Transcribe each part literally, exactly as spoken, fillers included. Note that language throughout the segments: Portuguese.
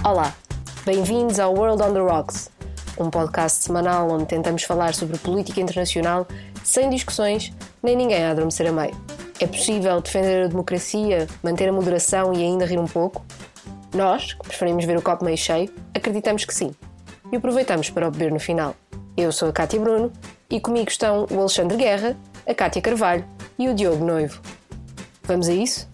Olá, bem-vindos ao World on the Rocks, um podcast semanal onde tentamos falar sobre política internacional sem discussões nem ninguém a adormecer a meio. É possível defender a democracia, manter a moderação e ainda rir um pouco? Nós, que preferimos ver o copo meio cheio, acreditamos que sim. E aproveitamos para o beber no final. Eu sou a Cátia Bruno e comigo estão o Alexandre Guerra, a Cátia Carvalho e o Diogo Noivo. Vamos a isso?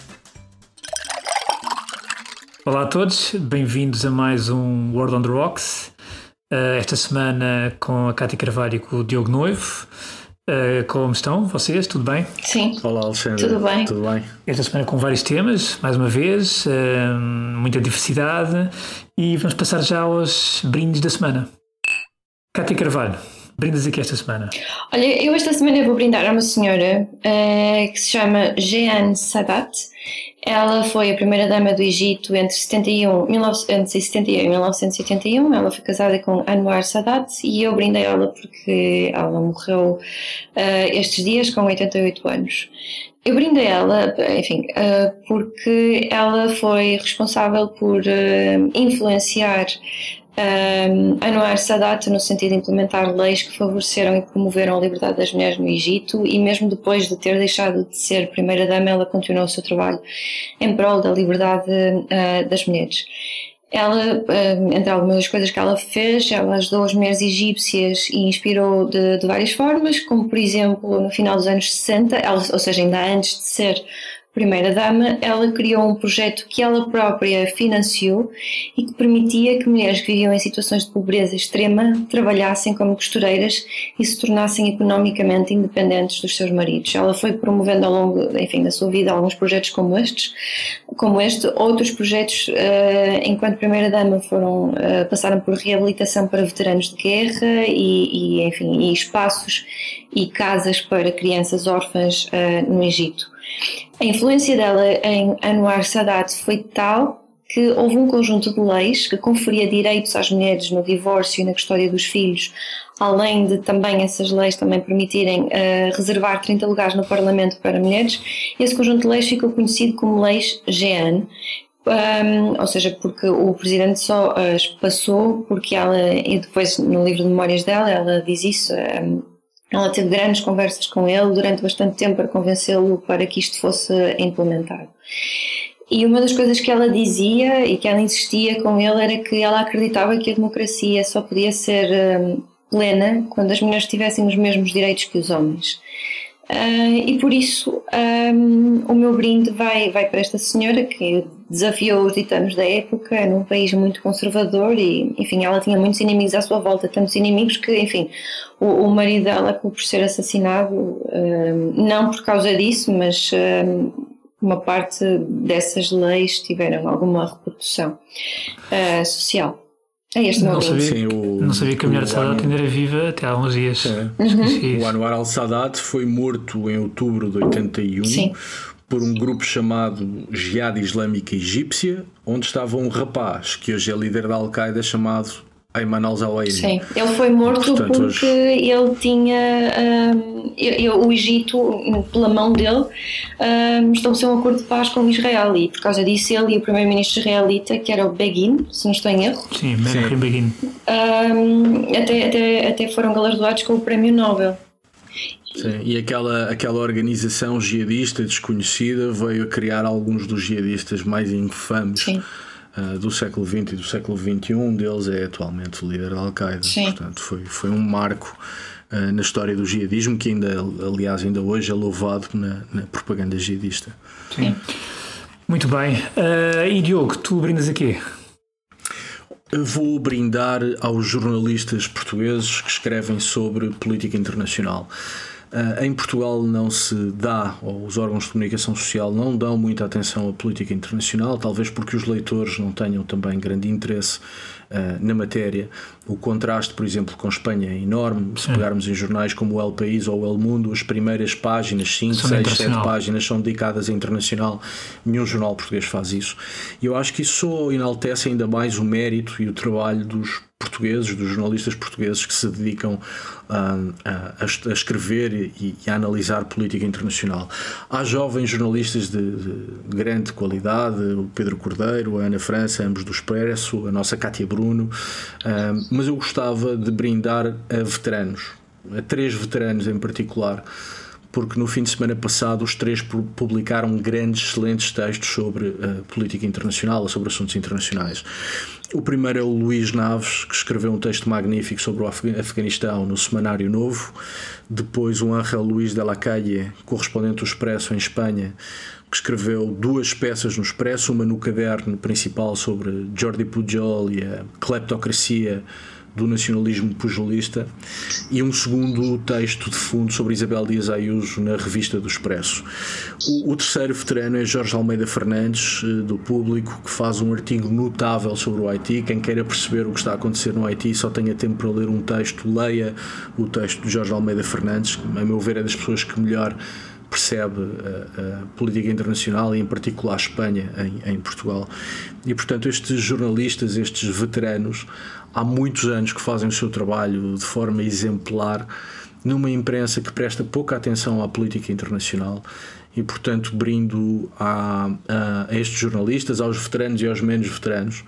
Olá a todos, bem-vindos a mais um World on the Rocks. Uh, esta semana com a Cátia Carvalho e com o Diogo Noivo. Uh, como estão vocês? Tudo bem? Sim. Olá, Alexandre. Tudo bem. Tudo bem. Esta semana com vários temas, mais uma vez, uh, muita diversidade, e vamos passar já aos brindes da semana. Cátia Carvalho, brindes aqui esta semana. Olha, eu esta semana vou brindar a uma senhora uh, que se chama Jeanne Sadat. Ela foi a primeira dama do Egito entre, setenta e um, mil novecentos e setenta e um e mil novecentos e oitenta e um. Ela foi casada com Anwar Sadat e eu brindei ela porque ela morreu uh, estes dias com oitenta e oito anos. Eu brindei ela, enfim, uh, porque ela foi responsável por uh, influenciar Um, Anwar Sadat no sentido de implementar leis que favoreceram e promoveram a liberdade das mulheres no Egito, e mesmo depois de ter deixado de ser primeira-dama, ela continuou o seu trabalho em prol da liberdade uh, das mulheres. Ela, uh, entre algumas das coisas que ela fez, ela ajudou as mulheres egípcias e inspirou de, de várias formas, como por exemplo no final dos anos sessenta, ela, ou seja, ainda antes de ser primeira-dama, ela criou um projeto que ela própria financiou e que permitia que mulheres que viviam em situações de pobreza extrema trabalhassem como costureiras e se tornassem economicamente independentes dos seus maridos. Ela foi promovendo ao longo, enfim, da sua vida alguns projetos como estes, como este. Outros projetos, uh, enquanto primeira-dama, foram, uh, passaram por reabilitação para veteranos de guerra e, e, enfim, e espaços e casas para crianças órfãs uh, no Egito. A influência dela em Anwar Sadat foi tal que houve um conjunto de leis que conferia direitos às mulheres no divórcio e na custódia dos filhos, além de também essas leis também permitirem uh, reservar trinta lugares no Parlamento para mulheres. Esse conjunto de leis ficou conhecido como Leis Jeanne. Um, ou seja, porque o presidente só as passou porque ela, e depois no livro de memórias dela, ela diz isso, um, ela teve grandes conversas com ele durante bastante tempo para convencê-lo para que isto fosse implementado. E uma das coisas que ela dizia e que ela insistia com ele era que ela acreditava que a democracia só podia ser um, plena quando as mulheres tivessem os mesmos direitos que os homens. Uh, e por isso um, o meu brinde vai, vai para esta senhora que desafiou os ditames da época num país muito conservador e, enfim, ela tinha muitos inimigos à sua volta, tantos inimigos que, enfim, o, o marido dela acabou por ser assassinado, um, não por causa disso, mas um, uma parte dessas leis tiveram alguma repercussão uh, social. É este não, meu sabia, Sim, o, não sabia que a mulher de Sadat ainda era viva até há uns dias. É. Uhum. O Anwar al-Sadat foi morto em outubro de oitenta e um. Sim. Por um grupo chamado Jihad Islâmica Egípcia, onde estava um rapaz que hoje é líder da Al-Qaeda chamado Ayman al-Zawahiri. Sim, ele foi morto. Portanto, porque hoje... ele tinha um, eu, eu, o Egito, pela mão dele, um, estabeleceu um acordo de paz com Israel, e por causa disso ele e o primeiro-ministro israelita, que era o Begin, se não estou em erro, sim, Menachem Begin, um, até, até, até foram galardoados com o Prémio Nobel. Sim, e aquela, aquela organização jihadista desconhecida veio a criar alguns dos jihadistas mais infames uh, do século vinte e do século vinte e um. Um deles é atualmente o líder da Al-Qaeda. Portanto, foi, foi um marco uh, na história do jihadismo, que ainda, aliás, ainda hoje é louvado na, na propaganda jihadista. Sim. Muito bem. Uh, e Diogo, tu brindas aqui? Vou brindar aos jornalistas portugueses que escrevem sobre política internacional. Uh, em Portugal não se dá, ou os órgãos de comunicação social não dão muita atenção à política internacional, talvez porque os leitores não tenham também grande interesse uh, na matéria. O contraste, por exemplo, com Espanha é enorme. Se pegarmos em jornais como o El País ou o El Mundo, as primeiras páginas, cinco, seis, sete páginas, são dedicadas a internacional. Nenhum jornal português faz isso. E eu acho que isso só enaltece ainda mais o mérito e o trabalho dos portugueses, dos jornalistas portugueses que se dedicam uh, a, a escrever e, e a analisar política internacional. Há jovens jornalistas de, de grande qualidade, o Pedro Cordeiro, a Ana França, ambos do Expresso, a nossa Cátia Bruno, uh, mas eu gostava de brindar a veteranos, a três veteranos em particular, porque no fim de semana passado os três publicaram grandes, excelentes textos sobre uh, política internacional, sobre assuntos internacionais. O primeiro é o Luís Naves, que escreveu um texto magnífico sobre o Afeganistão no Semanário Novo. Depois o Ángel Luís de la Calle, correspondente do Expresso em Espanha, que escreveu duas peças no Expresso, uma no caderno principal sobre Jordi Pujol e a cleptocracia do nacionalismo pujolista, e um segundo texto de fundo sobre Isabel Dias Ayuso na revista do Expresso. O, o terceiro veterano é Jorge Almeida Fernandes, do Público, que faz um artigo notável sobre o Haiti. Quem queira perceber o que está a acontecer no Haiti só tenha tempo para ler um texto, leia o texto de Jorge Almeida Fernandes, que, a meu ver, é das pessoas que melhor percebe a, a política internacional e em particular a Espanha em, em Portugal. E portanto estes jornalistas, estes veteranos, há muitos anos que fazem o seu trabalho de forma exemplar numa imprensa que presta pouca atenção à política internacional, e portanto brindo a, a, a estes jornalistas, aos veteranos e aos menos veteranos,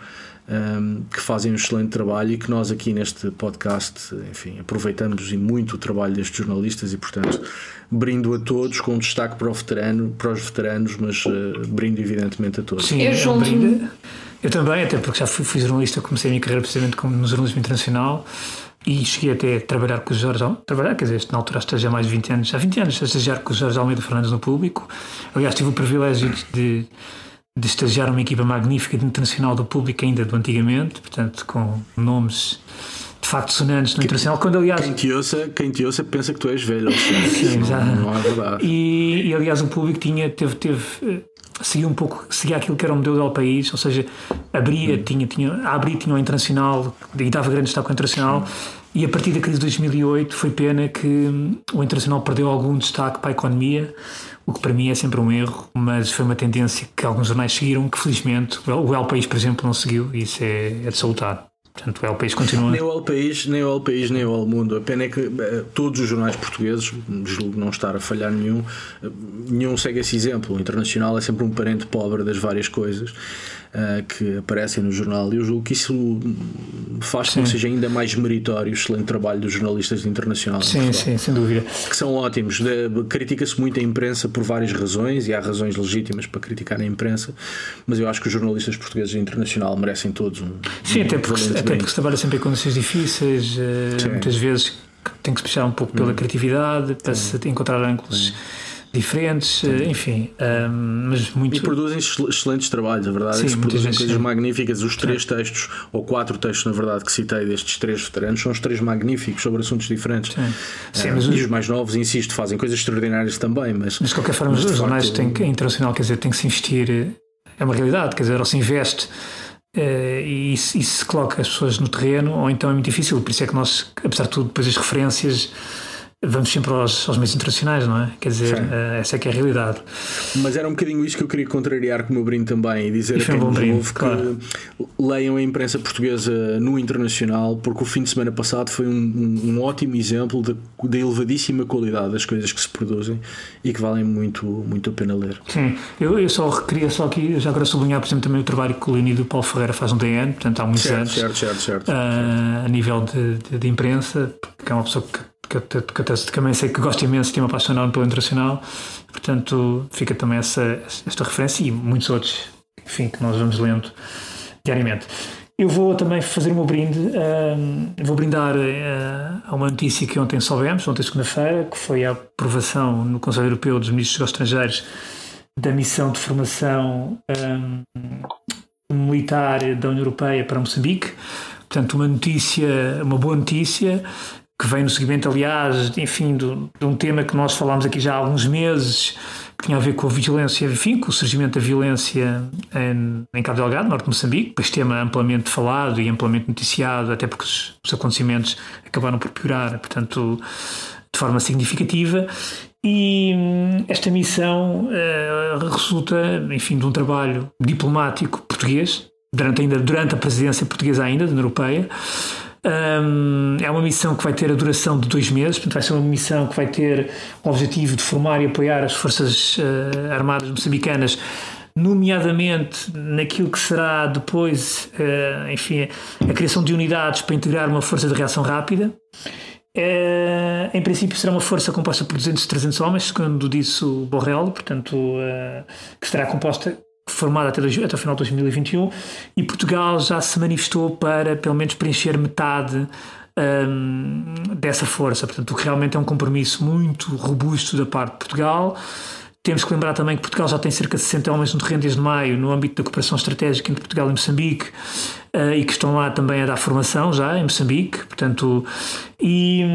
Um, que fazem um excelente trabalho, e que nós aqui neste podcast, enfim, aproveitamos e muito o trabalho destes jornalistas, e portanto brindo a todos, com destaque para o veterano, para os veteranos, mas uh, brindo evidentemente a todos. Sim, eu, eu, brindo, eu também, até porque já fui, fui jornalista, comecei a minha carreira precisamente no jornalismo internacional e cheguei até a trabalhar com o Jorge, trabalhar, quer dizer, na altura estagiei há mais de vinte anos, há vinte anos a estagiar com o Jorge Almeida Fernandes no Público. Aliás, tive o privilégio de de estagiar uma equipa magnífica de internacional do Público, ainda do antigamente, portanto com nomes de facto sonantes no que, internacional, quando aliás quem te, ouça, quem te ouça pensa que tu és velho. Sim, não, não é verdade. E, e aliás o Público tinha, teve, teve seguia um pouco, seguia aquilo que era o modelo do país, ou seja, abria, hum. tinha, tinha, a abrir tinha o internacional e dava grande destaque ao internacional. Sim. E a partir da crise de dois mil e oito foi pena que o internacional perdeu algum destaque para a economia, o que para mim é sempre um erro, mas foi uma tendência que alguns jornais seguiram, que felizmente o El País, por exemplo, não seguiu, e isso é, é de salutar. Portanto, o El País continua. Nem o El País, nem o El País, nem o El Mundo. A pena é que uh, todos os jornais portugueses, julgo não estar a falhar nenhum, uh, nenhum segue esse exemplo. O internacional é sempre um parente pobre das várias coisas uh, que aparecem no jornal, e eu julgo que isso faz com que seja ainda mais meritório o excelente trabalho dos jornalistas de internacional. Sim, sim, sem dúvida. Que são ótimos. Critica-se muito a imprensa por várias razões, e há razões legítimas para criticar a imprensa, mas eu acho que os jornalistas portugueses de internacional merecem todos um. Sim, um até porque até porque se trabalha sempre em condições difíceis, uh, muitas vezes tem que se puxar um pouco pela hum. criatividade para Sim. se encontrar ângulos Sim. diferentes, uh, enfim, uh, mas muito... E produzem excelentes trabalhos, a verdade Sim, é que se produzem coisas sim. magníficas. Os três Sim. textos, ou quatro textos na verdade, que citei destes três veteranos, são os três magníficos sobre assuntos diferentes. Sim. Sim, uh, mas e os mais novos, insisto, fazem coisas extraordinárias também, mas... Mas de qualquer forma, os jornais têm que, internacional, quer dizer, tem que se investir, é uma realidade, quer dizer, ou se investe Uh, e, e se coloca as pessoas no terreno, ou então é muito difícil. Por isso é que nós, apesar de tudo, depois as referências vamos sempre aos, aos meios internacionais, não é? Quer dizer, uh, essa é que é a realidade. Mas era um bocadinho isso que eu queria contrariar com o meu brinde também, e dizer e a quem um nos brinde, ouve claro. que leiam a imprensa portuguesa no internacional, porque o fim de semana passado foi um, um, um ótimo exemplo da, da elevadíssima qualidade das coisas que se produzem e que valem muito, muito a pena ler. Sim, eu, eu só queria só aqui, já agora sublinhar, por exemplo, também o trabalho que o Leonido Paulo Ferreira faz no D N, portanto há muitos certo, anos, certo, certo, certo, uh, certo. a nível de, de, de imprensa, porque é uma pessoa que que eu, que eu também sei que gosto imenso, tem uma paixão enorme pelo internacional, portanto fica também essa, esta referência e muitos outros, enfim, que nós vamos lendo diariamente. Eu vou também fazer o meu brinde, uh, vou brindar uh, a uma notícia que ontem soubemos, ontem segunda-feira, que foi a aprovação no Conselho Europeu dos Ministros dos Estrangeiros da missão de formação um, militar da União Europeia para Moçambique. Portanto, uma notícia, uma boa notícia, que vem no seguimento, aliás, enfim, do, de um tema que nós falámos aqui já há alguns meses, que tinha a ver com a vigilância, enfim, com o surgimento da violência em, em Cabo Delgado, norte de Moçambique, este tema amplamente falado e amplamente noticiado, até porque os, os acontecimentos acabaram por piorar, portanto, de forma significativa. E esta missão uh, resulta, enfim, de um trabalho diplomático português, durante, ainda, durante a presidência portuguesa ainda, da União Europeia. Um, é uma missão que vai ter a duração de dois meses, portanto vai ser uma missão que vai ter o objetivo de formar e apoiar as Forças uh, Armadas moçambicanas, nomeadamente naquilo que será depois, uh, enfim, a criação de unidades para integrar uma força de reação rápida. Uh, em princípio será uma força composta por duzentos, trezentos homens, segundo disse o Borrell, portanto, uh, que estará composta, formada até, dois, até o final de dois mil e vinte e um, e Portugal já se manifestou para pelo menos preencher metade um, dessa força, portanto, o que realmente é um compromisso muito robusto da parte de Portugal. Temos que lembrar também que Portugal já tem cerca de sessenta homens no terreno desde maio, no âmbito da cooperação estratégica entre Portugal e Moçambique, uh, e que estão lá também a dar formação já em Moçambique, portanto, e,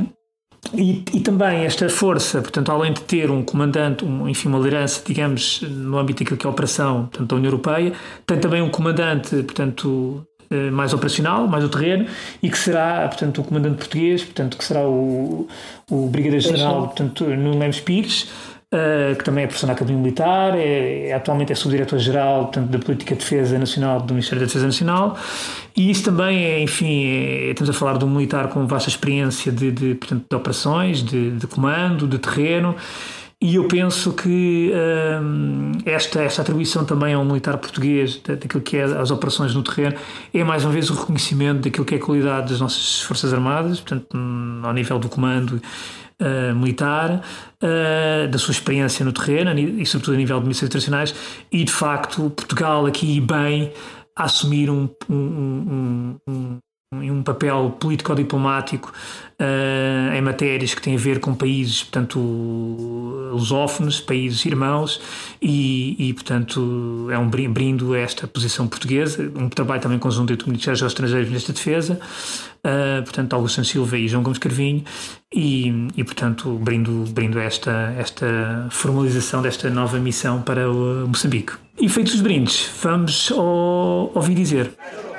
e, e também esta força, portanto, além de ter um comandante, um, enfim, uma liderança, digamos, no âmbito daquilo que é a operação, portanto, da União Europeia, tem também um comandante, portanto, mais operacional, mais do terreno, e que será, portanto, o comandante português, portanro, que será o, o Brigadeiro-General, portanto, Nuno Lemos Pires, Uh, que também é professor na Academia Militar, é, é, atualmente é subdiretor-geral, portanto, da Política de Defesa Nacional do Ministério da Defesa Nacional, e isso também é, enfim, é, estamos a falar de um militar com vasta experiência de, de, portanto, de operações, de, de comando, de terreno, e eu penso que um, esta, esta atribuição também a um militar português daquilo que é as operações no terreno é mais uma vez o reconhecimento daquilo que é a qualidade das nossas Forças Armadas, portanto, ao nível do comando Uh, militar, uh, da sua experiência no terreno e sobretudo a nível de missões internacionais, e de facto Portugal aqui bem a assumir um, um, um, um, um papel político-diplomático uh, em matérias que têm a ver com países, portanto, lusófonos, países irmãos, e, e portanto é um brindo a esta posição portuguesa, um trabalho também conjunto entre o Ministério dos Estrangeiros e Ministro da Defesa, uh, portanto Augusto Santos Silva e João Gomes Carvinho, e, e portanto brindo, brindo esta, esta formalização desta nova missão para o Moçambique. E feitos os brindes, vamos ao, ouvir dizer.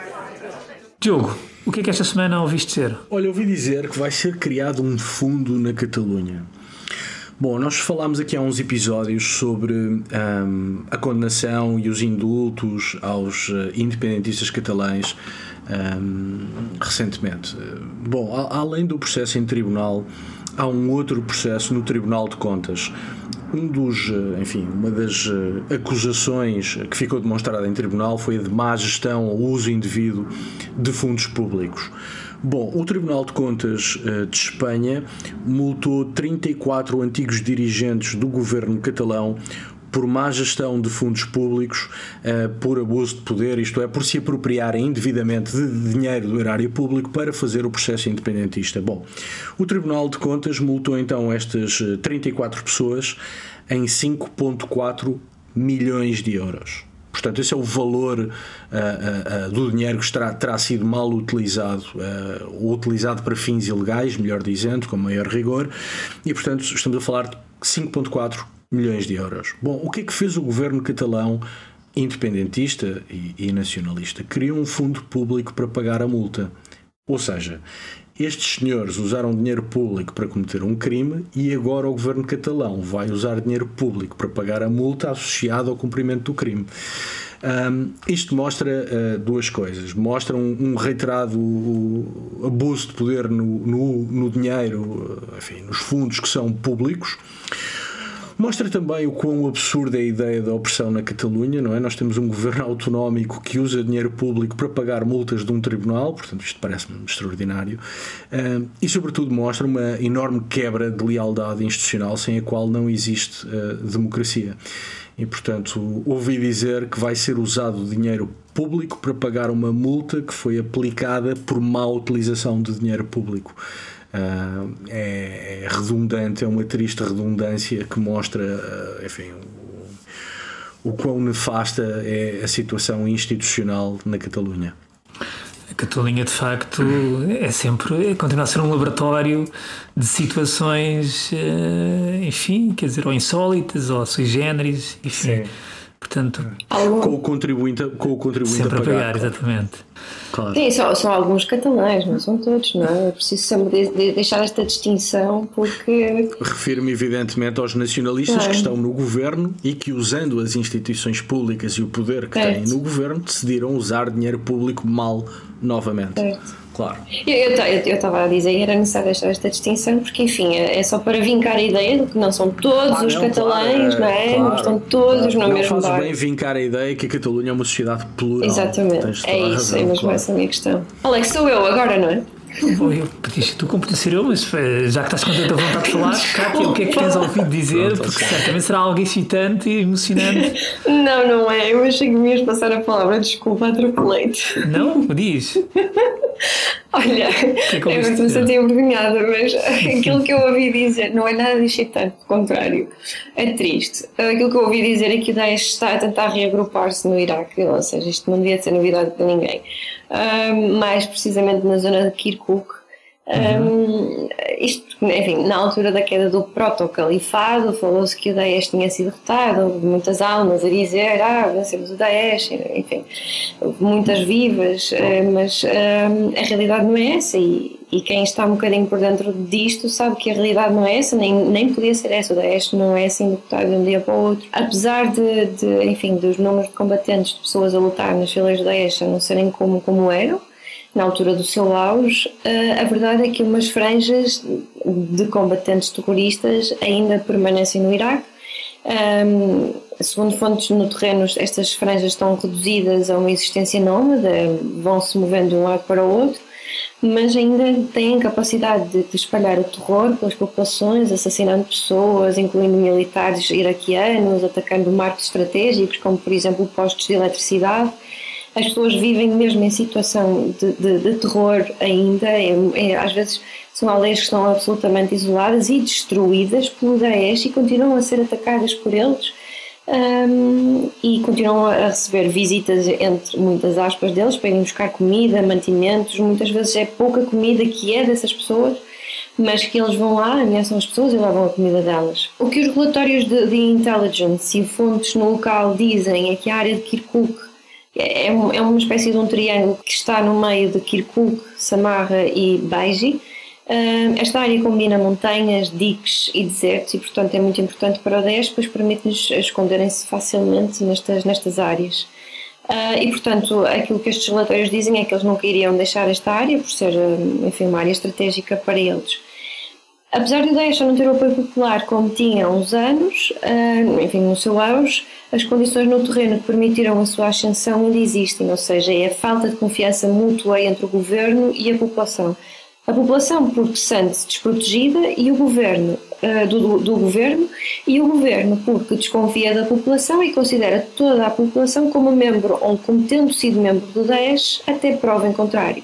Diogo, o que é que esta semana ouviste dizer? Olha, ouvi dizer que vai ser criado um fundo na Catalunha. Bom, nós falámos aqui há uns episódios sobre um, a condenação e os indultos aos uh, independentistas catalães um, recentemente. Bom, a, além do processo em tribunal, há um outro processo no Tribunal de Contas. Um dos, enfim, uma das acusações que ficou demonstrada em tribunal foi a de má gestão ou uso indevido de fundos públicos. Bom, o Tribunal de Contas de Espanha multou trinta e quatro antigos dirigentes do governo catalão por má gestão de fundos públicos, por abuso de poder, isto é, por se apropriarem indevidamente de dinheiro do erário público para fazer o processo independentista. Bom, o Tribunal de Contas multou então estas trinta e quatro pessoas em cinco vírgula quatro milhões de euros. Portanto, esse é o valor uh, uh, uh, do dinheiro que terá, terá sido mal utilizado, uh, ou utilizado para fins ilegais, melhor dizendo, com maior rigor, e portanto estamos a falar de cinco vírgula quatro milhões de euros. Bom, o que é que fez o governo catalão, independentista e, e nacionalista? Criou um fundo público para pagar a multa. Ou seja, estes senhores usaram dinheiro público para cometer um crime e agora o governo catalão vai usar dinheiro público para pagar a multa associada ao cumprimento do crime. Um, isto mostra uh, duas coisas. Mostra um, um reiterado uh, abuso de poder no, no, no dinheiro, uh, enfim, nos fundos que são públicos. Mostra também o quão absurda é a ideia da opressão na Catalunha, não é? Nós temos um governo autonómico que usa dinheiro público para pagar multas de um tribunal, portanto isto parece-me extraordinário, uh, e sobretudo mostra uma enorme quebra de lealdade institucional sem a qual não existe uh, democracia. E portanto ouvi dizer que vai ser usado dinheiro público para pagar uma multa que foi aplicada por má utilização de dinheiro público. Uh, é, é redundante, é uma triste redundância que mostra, uh, enfim, o, o quão nefasta é a situação institucional na Catalunha. Catalunha, de facto, é sempre, é, continua a ser um laboratório de situações, enfim, quer dizer, ou insólitas, ou sui generis, enfim. Sim. Portanto, com o contribuinte, com o contribuinte sempre a pagar, a pagar claro. Exatamente. Claro. Sim, são, são alguns catalães, não são todos, não é? É preciso sempre de, de deixar esta distinção, porque... Refiro-me evidentemente aos nacionalistas claro. que estão no governo e que, usando as instituições públicas e o poder que certo. têm no governo, decidiram usar dinheiro público mal novamente. Certo. Claro. Eu estava a dizer que era necessário deixar esta distinção porque, enfim, é, é só para vincar a ideia de que não são todos ah, os não, catalães, claro, não é? Claro, não estão todos claro. no mesmo barco. Não faz bem vincar a ideia que a Catalunha é uma sociedade plural. Exatamente, é isso, razão, é mesmo claro. essa a minha questão. Alex, sou eu agora, não é? Eu pedi tu como podia ser eu, mas já que estás com tanta vontade de falar, Cátia, o que é que tens ouvido dizer? Pronto, porque certamente será algo excitante e emocionante. Não, não é. Eu achei que me ias passar a palavra, desculpa, atropelei-te. Não? Diz. Olha, que é que eu me senti envergonhada, mas aquilo que eu ouvi dizer não é nada de excitante, pelo contrário, é triste. Aquilo que eu ouvi dizer é que o Daesh está a tentar reagrupar-se no Iraque, ou seja, isto não devia ser novidade para ninguém. Um, mais precisamente na zona de Kirkuk. Um, uhum. Isto, enfim, na altura da queda do proto-califado, falou-se que o Daesh tinha sido derrotado, houve muitas almas a dizer, ah, vencemos o Daesh, enfim, houve muitas vivas, mas um, a realidade não é essa, e, e quem está um bocadinho por dentro disto sabe que a realidade não é essa, nem, nem podia ser essa. O Daesh não é assim derrotado de um dia para o outro. Apesar de, de, enfim, dos números de combatentes, de pessoas a lutar nas filas do Daesh a não serem como, como eram, na altura do seu auge, a verdade é que umas franjas de combatentes terroristas ainda permanecem no Iraque. Um, segundo fontes no terreno, estas franjas estão reduzidas a uma existência nómada, vão-se movendo de um lado para o outro, mas ainda têm capacidade de, de espalhar o terror pelas populações, assassinando pessoas, incluindo militares iraquianos, atacando marcos estratégicos, como por exemplo postos de eletricidade. As pessoas vivem mesmo em situação de, de, de terror ainda, é, é, às vezes são aldeias que estão absolutamente isoladas e destruídas pelo Daesh e continuam a ser atacadas por eles, um, e continuam a receber visitas, entre muitas aspas, deles para irem buscar comida, mantimentos. Muitas vezes é pouca comida que é dessas pessoas, mas que eles vão lá, ameaçam as pessoas e levam a comida delas. O que os relatórios de, de intelligence e fontes no local dizem é que a área de Kirkuk é uma espécie de um triângulo que está no meio de Kirkuk, Samarra e Baiji. Esta área combina montanhas, diques e desertos e, portanto, é muito importante para o Daesh, pois permite-nos esconderem-se facilmente nestas, nestas áreas. E, portanto, aquilo que estes relatórios dizem é que eles nunca iriam deixar esta área, por ser, enfim, uma área estratégica para eles. Apesar de o Daesh não ter o apoio popular como tinha há uns anos, enfim, no seu auge, as condições no terreno que permitiram a sua ascensão ainda existem, ou seja, é a falta de confiança mútua entre o governo e a população. A população porque se sente desprotegida e o governo, do, do governo e o governo porque desconfia da população e considera toda a população como membro ou como tendo sido membro do Daesh até prova em contrário.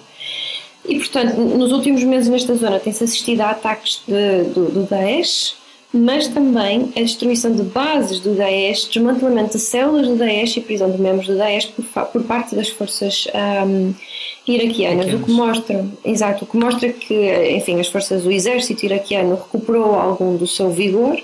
E, portanto, nos últimos meses nesta zona tem-se assistido a ataques de, do, do Daesh, mas também a destruição de bases do Daesh, desmantelamento de células do Daesh e prisão de membros do Daesh por, por parte das forças um, iraquianas, o que mostra, exato, o que mostra que, enfim, as forças do exército iraquiano recuperou algum do seu vigor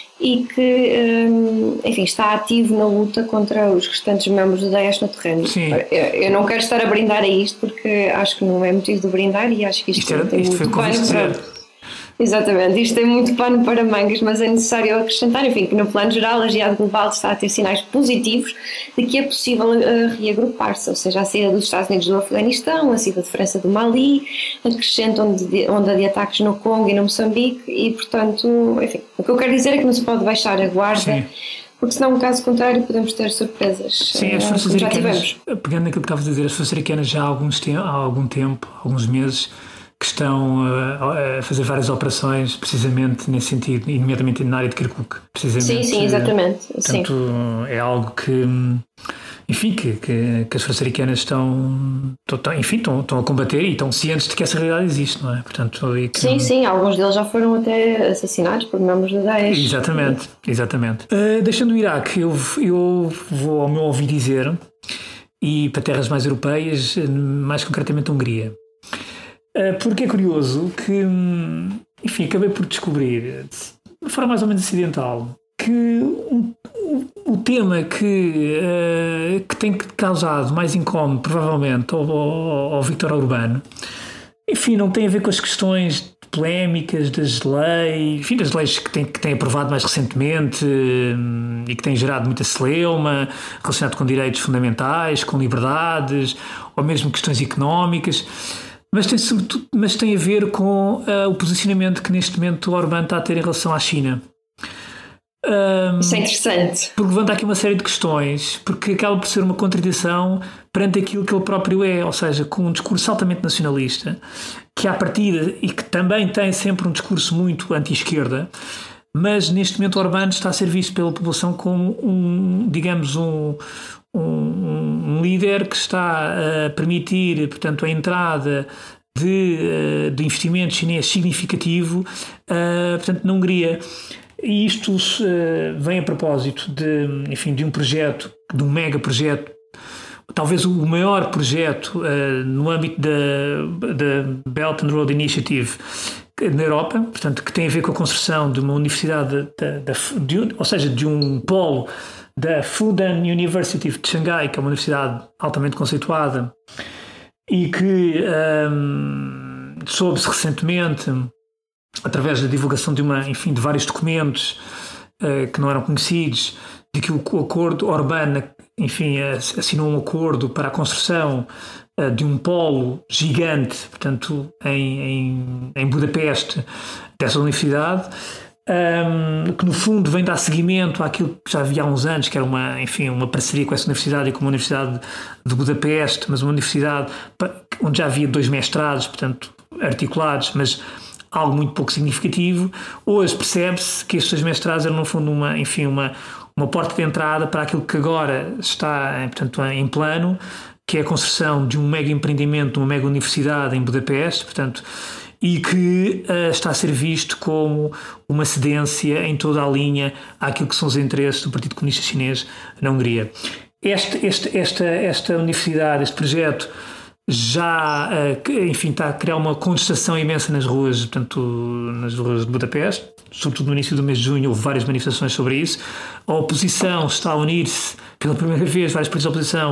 e que, um, enfim, está ativo na luta contra os restantes membros do Daesh no terreno. Sim. Eu, eu não quero estar a brindar a isto porque acho que não é motivo de brindar e acho que isto, isto era, tem isto muito foi pano para... Exatamente, isto tem muito pano para mangas, mas é necessário acrescentar, enfim, que no plano geral a Jihad Global está a ter sinais positivos de que é possível uh, reagrupar-se, ou seja, a saída dos Estados Unidos do Afeganistão, a saída de França do Mali, a crescente onda de, onda de ataques no Congo e no Moçambique e, portanto, enfim, o que eu quero dizer é que não se pode baixar a guarda. Sim. Porque senão, caso contrário, podemos ter surpresas. Sim, as forças iraquianas, pegando naquilo que estavas a dizer, as forças iraquianas já há, alguns te- há algum tempo, alguns meses, que estão uh, a fazer várias operações precisamente nesse sentido, nomeadamente na área de Kirkuk. Sim, sim, exatamente. Portanto, sim. É algo que, enfim, que, que, que as forças iraquianas estão, estão, enfim, estão, estão a combater e estão cientes de que essa realidade existe, não é? Portanto, e que, sim, sim, alguns deles já foram até assassinados por membros do Daesh. Exatamente, exatamente. Uh, deixando o Iraque, eu, eu vou ao meu ouvir dizer e para terras mais europeias, mais concretamente a Hungria. Porque é curioso que, enfim, acabei por descobrir, de forma mais ou menos acidental, que um, o, o tema que, uh, que tem causado mais incómodo, provavelmente, ao, ao, ao Vítor Orbán, enfim, não tem a ver com as questões polémicas das leis, enfim, das leis que tem, que tem aprovado mais recentemente um, e que têm gerado muita celeuma, relacionado com direitos fundamentais, com liberdades, ou mesmo questões económicas, mas tem, sobretudo, mas tem a ver com uh, o posicionamento que neste momento o Orbán está a ter em relação à China. Um, Isso é interessante. Porque levanta aqui uma série de questões, porque acaba por ser uma contradição perante aquilo que ele próprio é, ou seja, com um discurso altamente nacionalista, que à partida, e que também tem sempre um discurso muito anti-esquerda, mas neste momento o Orbán está a ser visto pela população como um, digamos, um, um, um líder que está a permitir, portanto, a entrada de, de investimento chinês significativo, uh, portanto, na Hungria. E isto uh, vem a propósito de, enfim, de um projeto, de um mega projeto, talvez o maior projeto uh, no âmbito da, da Belt and Road Initiative na Europa, portanto, que tem a ver com a construção de uma universidade, da, da, de, ou seja, de um polo da Fudan University de Xangai, que é uma universidade altamente conceituada e que um, soube-se recentemente, através da divulgação de, uma, enfim, de vários documentos uh, que não eram conhecidos, de que o, o acordo Orbán, enfim, assinou um acordo para a construção uh, de um polo gigante, portanto, em, em, em Budapeste, dessa universidade, um, que no fundo vem dar seguimento àquilo que já havia há uns anos, que era uma, enfim, uma parceria com essa universidade e com uma universidade de Budapeste, mas uma universidade onde já havia dois mestrados, portanto, articulados, mas algo muito pouco significativo. Hoje percebe-se que estes dois mestrados eram no fundo uma, enfim, uma, uma porta de entrada para aquilo que agora está, portanto, em plano, que é a construção de um mega empreendimento, de uma mega universidade em Budapeste, portanto, e que uh, está a ser visto como uma cedência em toda a linha àquilo que são os interesses do Partido Comunista Chinês na Hungria. Este, este, esta, esta universidade, este projeto, já, enfim, está a criar uma contestação imensa nas ruas, portanto, nas ruas de Budapeste, sobretudo no início do mês de junho houve várias manifestações sobre isso. A oposição está a unir-se pela primeira vez, vários partidos da oposição,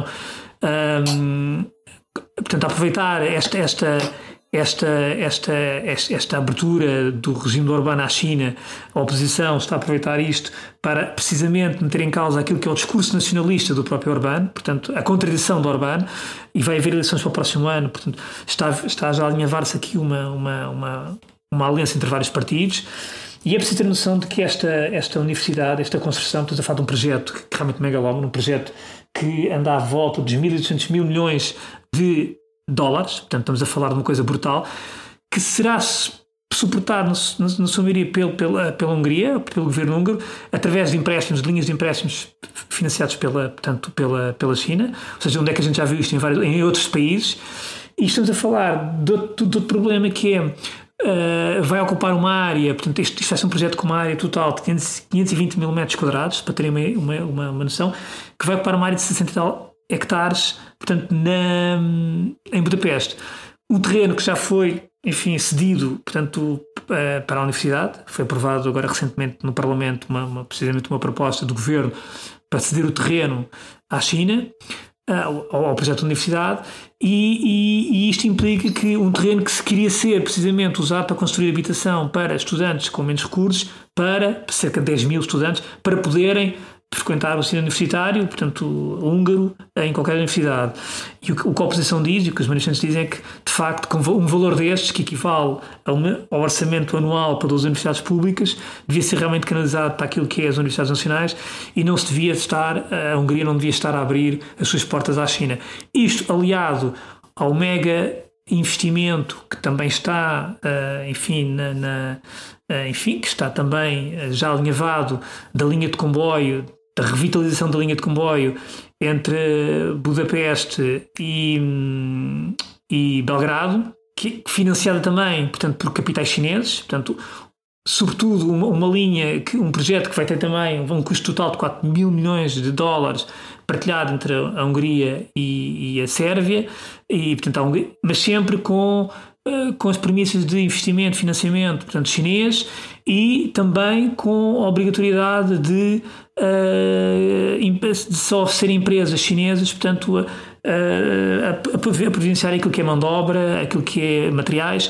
um, portanto, a aproveitar esta, esta, esta, esta, esta, esta abertura do regime do Orbán à China. A oposição está a aproveitar isto para precisamente meter em causa aquilo que é o discurso nacionalista do próprio Orbán, portanto, a contradição do Orbán, e vai haver eleições para o próximo ano, portanto, está, está já a alinhavar-se aqui uma, uma, uma, uma aliança entre vários partidos, e é preciso ter noção de que esta, esta universidade, esta construção, estamos a falar de um projeto que, que realmente é megalómano, um projeto que anda à volta dos mil e oitocentos mil milhões de dólares, portanto estamos a falar de uma coisa brutal, que será suportado na sua maioria pela, pela, pela Hungria, pelo governo húngaro, através de empréstimos, de linhas de empréstimos financiados pela, portanto, pela, pela China, ou seja, onde é que a gente já viu isto em, vários, em outros países, e estamos a falar de outro, de outro problema que é, uh, vai ocupar uma área, portanto isto, isto vai ser um projeto com uma área total de quinhentos e vinte mil metros quadrados, para terem uma, uma, uma, uma noção, que vai ocupar uma área de sessenta e tal hectares, portanto, na, em Budapeste. Um terreno que já foi, enfim, cedido, portanto, para a universidade. Foi aprovado agora recentemente no Parlamento, uma, uma, precisamente uma proposta do governo para ceder o terreno à China, ao, ao projeto da universidade, e, e, e isto implica que um terreno que se queria ser precisamente usado para construir habitação para estudantes com menos recursos, para cerca de dez mil estudantes, para poderem frequentar o ensino universitário, portanto, húngaro, em qualquer universidade. E o que, o que a oposição diz, e o que os manifestantes dizem, é que, de facto, com um valor destes, que equivale a uma, ao orçamento anual para as universidades públicas, devia ser realmente canalizado para aquilo que é as universidades nacionais, e não se devia estar, a Hungria não devia estar a abrir as suas portas à China. Isto, aliado ao mega investimento que também está, enfim, na, na, enfim, que está também já alinhavado da linha de comboio, da revitalização da linha de comboio entre Budapeste e, e Belgrado, que financiada também, portanto, por capitais chineses. Portanto, sobretudo uma, uma linha, que, um projeto que vai ter também um custo total de quatro mil milhões de dólares, partilhado entre a Hungria e, e a Sérvia, e, portanto, a Hungria, mas sempre com, uh, com as premissas de investimento, financiamento, portanto, chinês, e também com a obrigatoriedade de, uh, de só ser empresas chinesas, portanto, a, a, a providenciar aquilo que é mão de obra, aquilo que é materiais,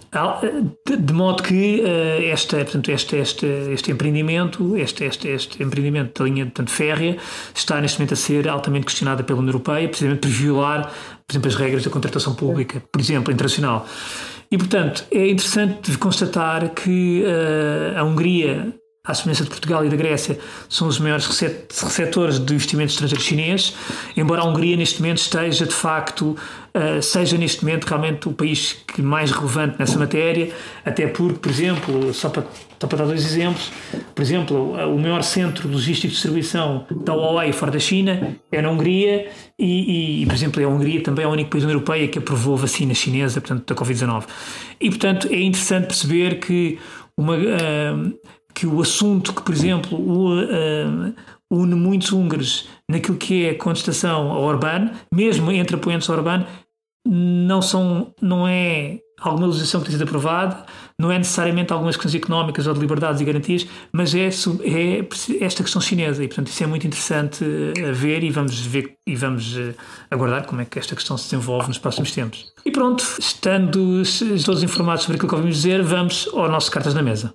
de modo que uh, esta, portanto, este, este, este empreendimento, este, este, este empreendimento da linha, portanto, férrea, está neste momento a ser altamente questionada pela União Europeia, precisamente por violar, por exemplo, as regras da contratação pública, por exemplo, internacional. E, portanto, é interessante constatar que uh, a Hungria, à semelhança de Portugal e da Grécia, são os maiores receptores de investimento estrangeiro chinês, embora a Hungria neste momento esteja de facto, uh, seja neste momento realmente o país que mais relevante nessa matéria, até porque, por exemplo, só para, só para dar dois exemplos, por exemplo, o maior centro logístico de distribuição da Huawei fora da China é na Hungria e, e, por exemplo, a Hungria também é o único país da União Europeia que aprovou a vacina chinesa, portanto, da covid dezanove. E, portanto, é interessante perceber que uma... Uh, que o assunto que, por exemplo, o, uh, une muitos húngaros naquilo que é a contestação ao Orbán, mesmo entre apoiantes ao Orbán, não, são, não é alguma legislação que tem sido aprovada, não é necessariamente algumas questões económicas ou de liberdades e garantias, mas é, é esta questão chinesa, e portanto isso é muito interessante a ver e vamos ver e vamos aguardar como é que esta questão se desenvolve nos próximos tempos. E pronto, estando todos informados sobre aquilo que ouvimos dizer, vamos ao nosso Cartas na Mesa.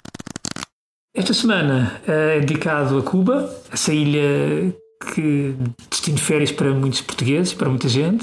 Esta semana é dedicado a Cuba, essa ilha que destino de férias para muitos portugueses, para muita gente,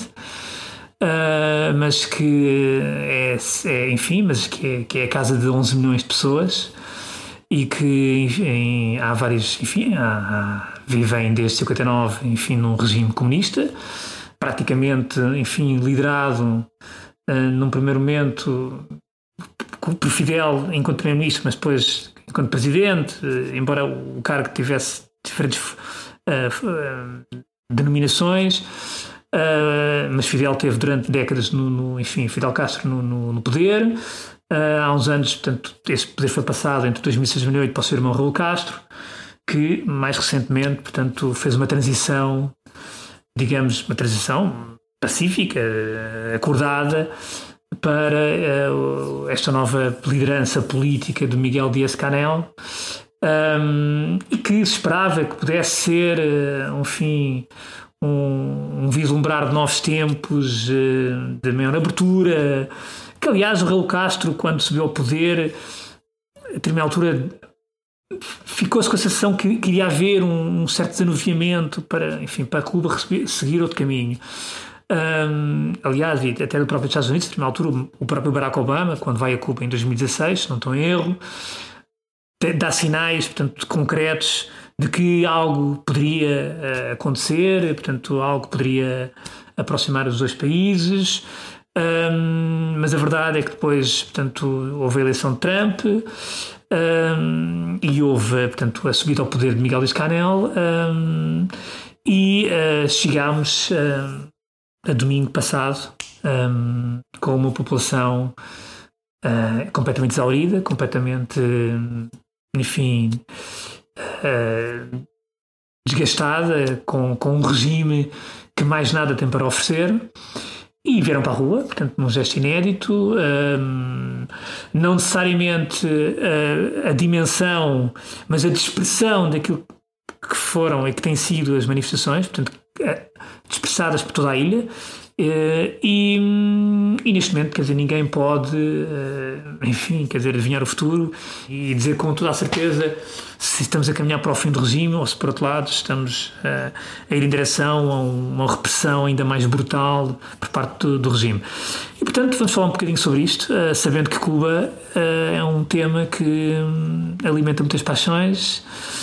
uh, mas que é, é, enfim, mas que é, que é a casa de onze milhões de pessoas e que enfim, há vários, enfim, há, há, vivem desde cinquenta e nove, enfim, num regime comunista, praticamente, enfim, liderado uh, num primeiro momento por Fidel enquanto primeiro-ministro, mas depois enquanto presidente, embora o cargo tivesse diferentes uh, uh, denominações, uh, mas Fidel teve durante décadas, no, no, enfim, Fidel Castro no, no, no poder. Uh, há uns anos, portanto, esse poder foi passado entre dois mil e seis e dois mil e oito para o seu irmão Raul Castro, que mais recentemente, portanto, fez uma transição, digamos, uma transição pacífica, acordada, para uh, esta nova liderança política de Miguel Díaz-Canel, um, e que se esperava que pudesse ser uh, enfim, um, um vislumbrar de novos tempos, uh, de maior abertura, que aliás o Raul Castro, quando subiu ao poder, a determinada altura ficou-se com a sensação que, que iria haver um, um certo desanuviamento para, enfim, para Cuba receber, seguir outro caminho. Um, aliás, e até do próprio Estados Unidos, na altura, o próprio Barack Obama, quando vai a Cuba em dois mil e dezasseis, se não estou em erro, dá sinais, portanto, concretos de que algo poderia uh, acontecer, portanto, algo poderia aproximar os dois países. Um, mas a verdade é que depois, portanto, houve a eleição de Trump, um, e houve, portanto, a subida ao poder de Miguel Díaz-Canel, um, e uh, chegámos uh, a domingo passado, um, com uma população uh, completamente exaurida, completamente, enfim, uh, desgastada, com, com um regime que mais nada tem para oferecer, e vieram para a rua, portanto, num gesto inédito, um, não necessariamente a, a dimensão, mas a dispersão daquilo que foram e que têm sido as manifestações, portanto, dispersadas por toda a ilha, e, e neste momento, quer dizer, ninguém pode, enfim, quer dizer, adivinhar o futuro e dizer com toda a certeza se estamos a caminhar para o fim do regime ou se, por outro lado, estamos a, a ir em direção a uma repressão ainda mais brutal por parte do, do regime. E, portanto, vamos falar um bocadinho sobre isto, sabendo que Cuba é um tema que alimenta muitas paixões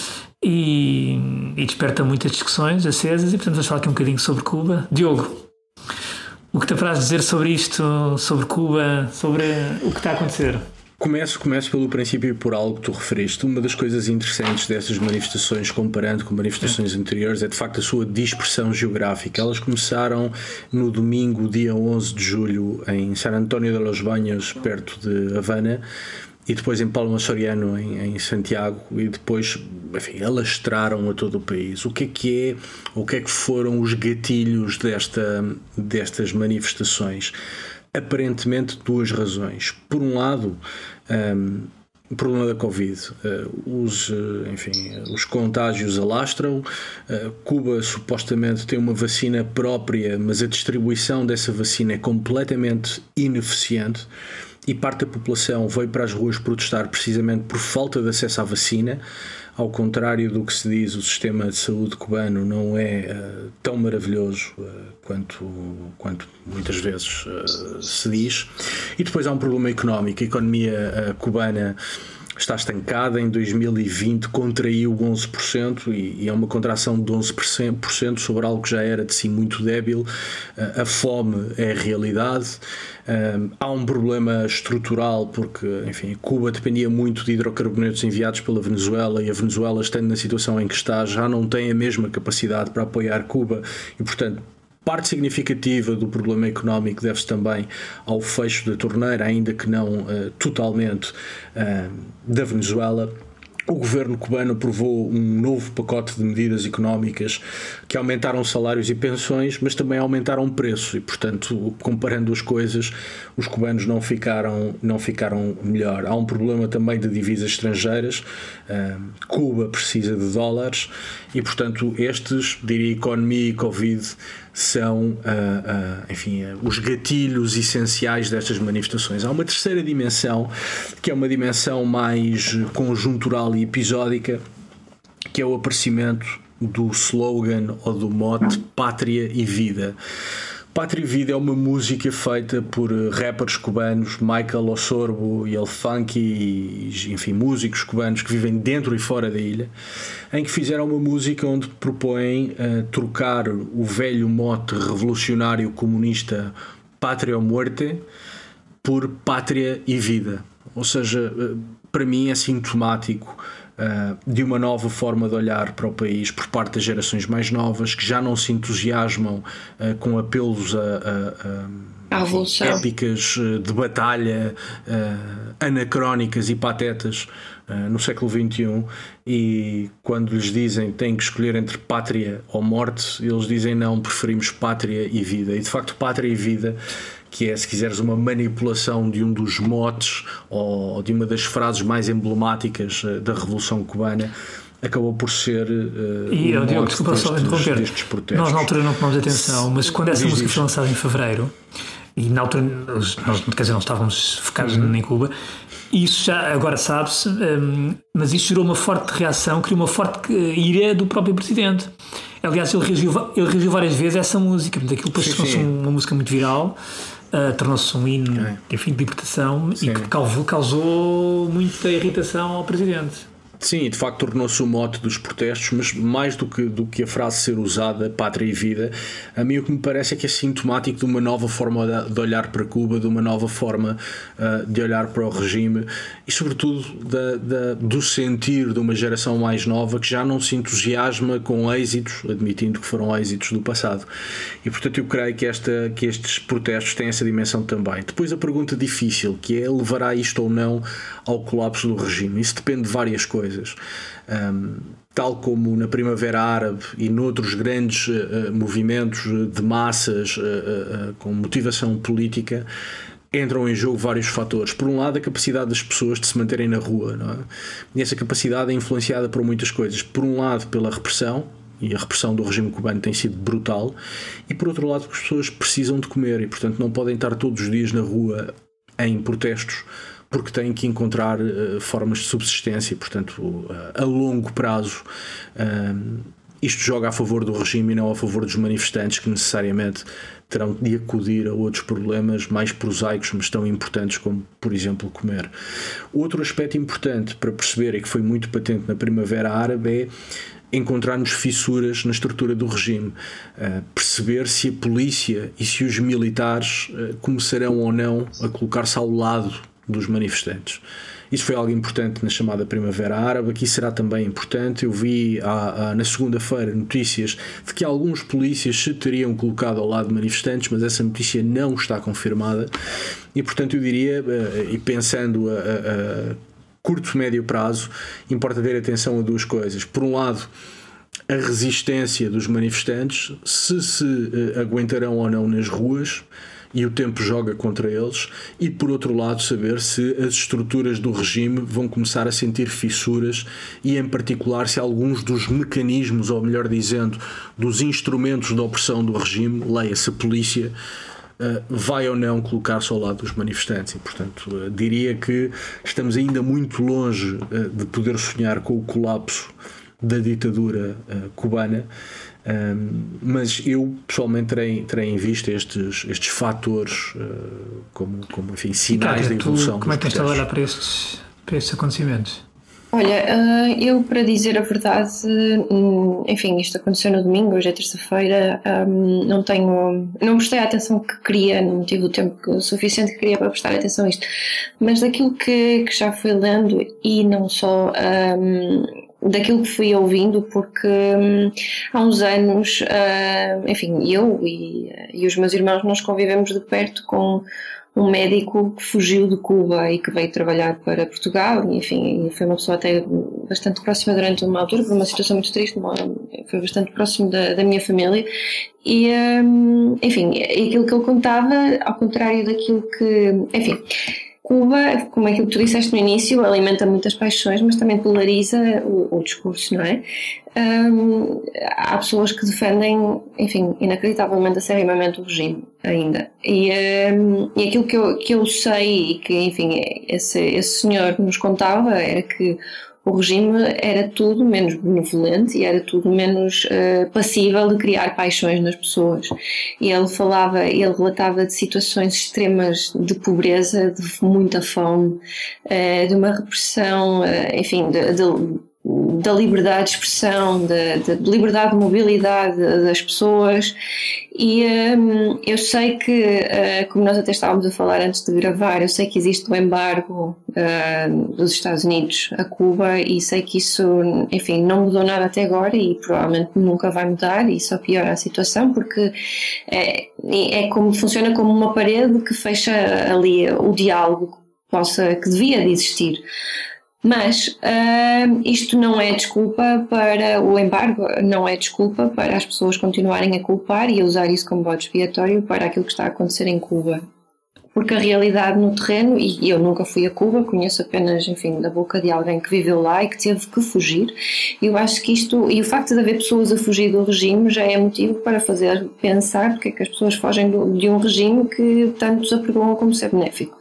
E, e desperta muitas discussões acesas, e portanto vamos falar aqui um bocadinho sobre Cuba. Diogo, o que te apraz dizer sobre isto, sobre Cuba, sobre o que está a acontecer? Começo, começo pelo princípio e por algo que tu referiste. Uma das coisas interessantes dessas manifestações, comparando com manifestações é. anteriores, é de facto a sua dispersão geográfica. Elas começaram no domingo, dia onze de julho, em San Antonio de los Baños, perto de Havana, e depois em Palma Soriano, em, em Santiago, e depois, enfim, alastraram a todo o país. O que é que é, o que é que foram os gatilhos desta, destas manifestações? Aparentemente duas razões. Por um lado, um, o problema da Covid. Uh, os, uh, enfim, os contágios alastram. Uh, Cuba supostamente tem uma vacina própria, mas a distribuição dessa vacina é completamente ineficiente e parte da população veio para as ruas protestar precisamente por falta de acesso à vacina. Ao contrário do que se diz, o sistema de saúde cubano não é uh, tão maravilhoso uh, quanto, quanto muitas vezes uh, se diz. E depois há um problema económico. A economia uh, cubana está estancada. Em dois mil e vinte contraiu onze por cento e, e é uma contração de onze por cento sobre algo que já era de si muito débil. Uh, a fome é a realidade. Um, há um problema estrutural porque, enfim, Cuba dependia muito de hidrocarbonetos enviados pela Venezuela e a Venezuela, estando na situação em que está, já não tem a mesma capacidade para apoiar Cuba e, portanto, parte significativa do problema económico deve-se também ao fecho da torneira, ainda que não uh, totalmente, uh, da Venezuela. O governo cubano aprovou um novo pacote de medidas económicas que aumentaram salários e pensões, mas também aumentaram preços e, portanto, comparando as coisas, os cubanos não ficaram, não ficaram melhor. Há um problema também de divisas estrangeiras. Cuba precisa de dólares e, portanto, estes, diria, economia e Covid são uh, uh, enfim, uh, os gatilhos essenciais destas manifestações. Há uma terceira dimensão, que é uma dimensão mais conjuntural e episódica, que é o aparecimento do slogan ou do mote Pátria e Vida. Pátria e Vida é uma música feita por rappers cubanos, Michael Osorbo e El Funky, e, enfim, músicos cubanos que vivem dentro e fora da ilha, em que fizeram uma música onde propõem uh, trocar o velho mote revolucionário comunista Pátria ou Muerte por Pátria e Vida. Ou seja, uh, para mim é sintomático Uh, de uma nova forma de olhar para o país por parte das gerações mais novas, que já não se entusiasmam uh, com apelos a, a, a, a épicas de batalha uh, anacrónicas e patetas uh, no século vinte e um, e quando lhes dizem que têm que escolher entre pátria ou morte, eles dizem não, preferimos pátria e vida. E de facto, pátria e vida, que é, se quiseres, uma manipulação de um dos motes ou de uma das frases mais emblemáticas da Revolução Cubana, acabou por ser uh, e eu digo, desculpa só interromper, nós na altura não tomamos atenção, mas quando essa música foi lançada em fevereiro, e na altura nós, quer dizer, não estávamos focados uhum. em Cuba, isso já agora sabe-se, um, mas isso gerou uma forte reação, criou uma forte ira do próprio presidente. Aliás, ele reagiu, ele reagiu várias vezes a essa música, aquilo depois tornou-se uma música muito viral. Uh, tornou-se um hino, okay. enfim, de libertação. Sim. E que causou, causou muita irritação ao presidente. Sim, de facto tornou-se o mote dos protestos, mas mais do que, do que a frase ser usada, pátria e vida, a mim o que me parece é que é sintomático de uma nova forma de olhar para Cuba, de uma nova forma uh, de olhar para o regime e sobretudo da, da, do sentir de uma geração mais nova que já não se entusiasma com êxitos, admitindo que foram êxitos do passado. E portanto eu creio que, esta, que estes protestos têm essa dimensão também. Depois a pergunta difícil, que é, levará isto ou não ao colapso do regime? Isso depende de várias coisas. Um, tal como na Primavera Árabe e noutros grandes uh, movimentos de massas uh, uh, com motivação política, entram em jogo vários fatores. Por um lado, a capacidade das pessoas de se manterem na rua, não é? E essa capacidade é influenciada por muitas coisas. Por um lado, pela repressão, e a repressão do regime cubano tem sido brutal, e por outro lado, porque as pessoas precisam de comer e portanto não podem estar todos os dias na rua em protestos, porque têm que encontrar uh, formas de subsistência, portanto, uh, a longo prazo, uh, isto joga a favor do regime e não a favor dos manifestantes, que necessariamente terão de acudir a outros problemas mais prosaicos, mas tão importantes como, por exemplo, comer. Outro aspecto importante para perceber, e que foi muito patente na Primavera Árabe, é encontrarmos fissuras na estrutura do regime, uh, perceber se a polícia e se os militares uh, começarão ou não a colocar-se ao lado dos manifestantes. Isso foi algo importante na chamada Primavera Árabe. Aqui será também importante. Eu vi há, há, na segunda-feira notícias de que alguns polícias se teriam colocado ao lado de manifestantes, mas essa notícia não está confirmada. E portanto eu diria, e pensando a, a, a curto, médio prazo, importa ter atenção a duas coisas. Por um lado, a resistência dos manifestantes, se se uh, aguentarão ou não nas ruas, e o tempo joga contra eles, e por outro lado saber se as estruturas do regime vão começar a sentir fissuras e em particular se alguns dos mecanismos, ou melhor dizendo, dos instrumentos de opressão do regime, leia-se a polícia, uh, vai ou não colocar-se ao lado dos manifestantes. E portanto uh, diria que estamos ainda muito longe uh, de poder sonhar com o colapso da ditadura uh, cubana. Um, mas eu pessoalmente terei, terei em vista estes, estes fatores uh, como, como enfim, sinais da evolução. Como é que tens de olhar para estes, para estes acontecimentos? Olha, uh, eu, para dizer a verdade, um, enfim, isto aconteceu no domingo, hoje é terça-feira, um, não tenho, não prestei a atenção que queria, não tive o tempo suficiente que queria para prestar atenção a isto, mas daquilo que, que já fui lendo e não só... Um, daquilo que fui ouvindo, porque hum, há uns anos, uh, enfim, eu e, e os meus irmãos, nós convivemos de perto com um médico que fugiu de Cuba e que veio trabalhar para Portugal, e, enfim, foi uma pessoa até bastante próxima durante uma altura, por uma situação muito triste, uma, foi bastante próximo da, da minha família, e, hum, enfim, aquilo que ele contava, ao contrário daquilo que, enfim... Cuba, como aquilo que tu disseste no início, alimenta muitas paixões, mas também polariza o, o discurso, não é? Um, há pessoas que defendem, enfim, inacreditavelmente, aceriamente o regime ainda. E, um, e aquilo que eu, que eu sei e que, enfim, esse, esse senhor nos contava era que o regime era tudo menos benevolente e era tudo menos uh, passível de criar paixões nas pessoas. E ele falava, ele relatava de situações extremas de pobreza, de muita fome, uh, de uma repressão, uh, enfim, de, de da liberdade de expressão, da liberdade de mobilidade das pessoas. E um, eu sei que, uh, como nós até estávamos a falar antes de gravar, eu sei que existe o embargo uh, dos Estados Unidos a Cuba e sei que isso, enfim, não mudou nada até agora e provavelmente nunca vai mudar e só piora a situação, porque é, é como, funciona como uma parede que fecha ali o diálogo que, possa, que devia de existir. Mas uh, isto não é desculpa para o embargo, não é desculpa para as pessoas continuarem a culpar e a usar isso como bode expiatório para aquilo que está a acontecer em Cuba. Porque a realidade no terreno, e eu nunca fui a Cuba, conheço apenas, enfim, da boca de alguém que viveu lá e que teve que fugir, eu acho que isto, e o facto de haver pessoas a fugir do regime já é motivo para fazer pensar porque é que as pessoas fogem de um regime que tantos apregoam como ser benéfico.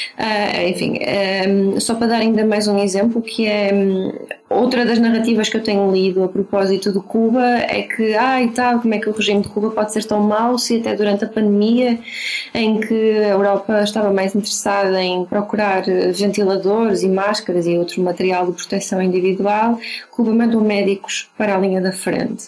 Uh, enfim, um, só para dar ainda mais um exemplo, que é um, outra das narrativas que eu tenho lido a propósito de Cuba é que, ah e tal, como é que o regime de Cuba pode ser tão mau se até durante a pandemia, em que a Europa estava mais interessada em procurar ventiladores e máscaras e outro material de proteção individual, Cuba mandou médicos para a linha da frente,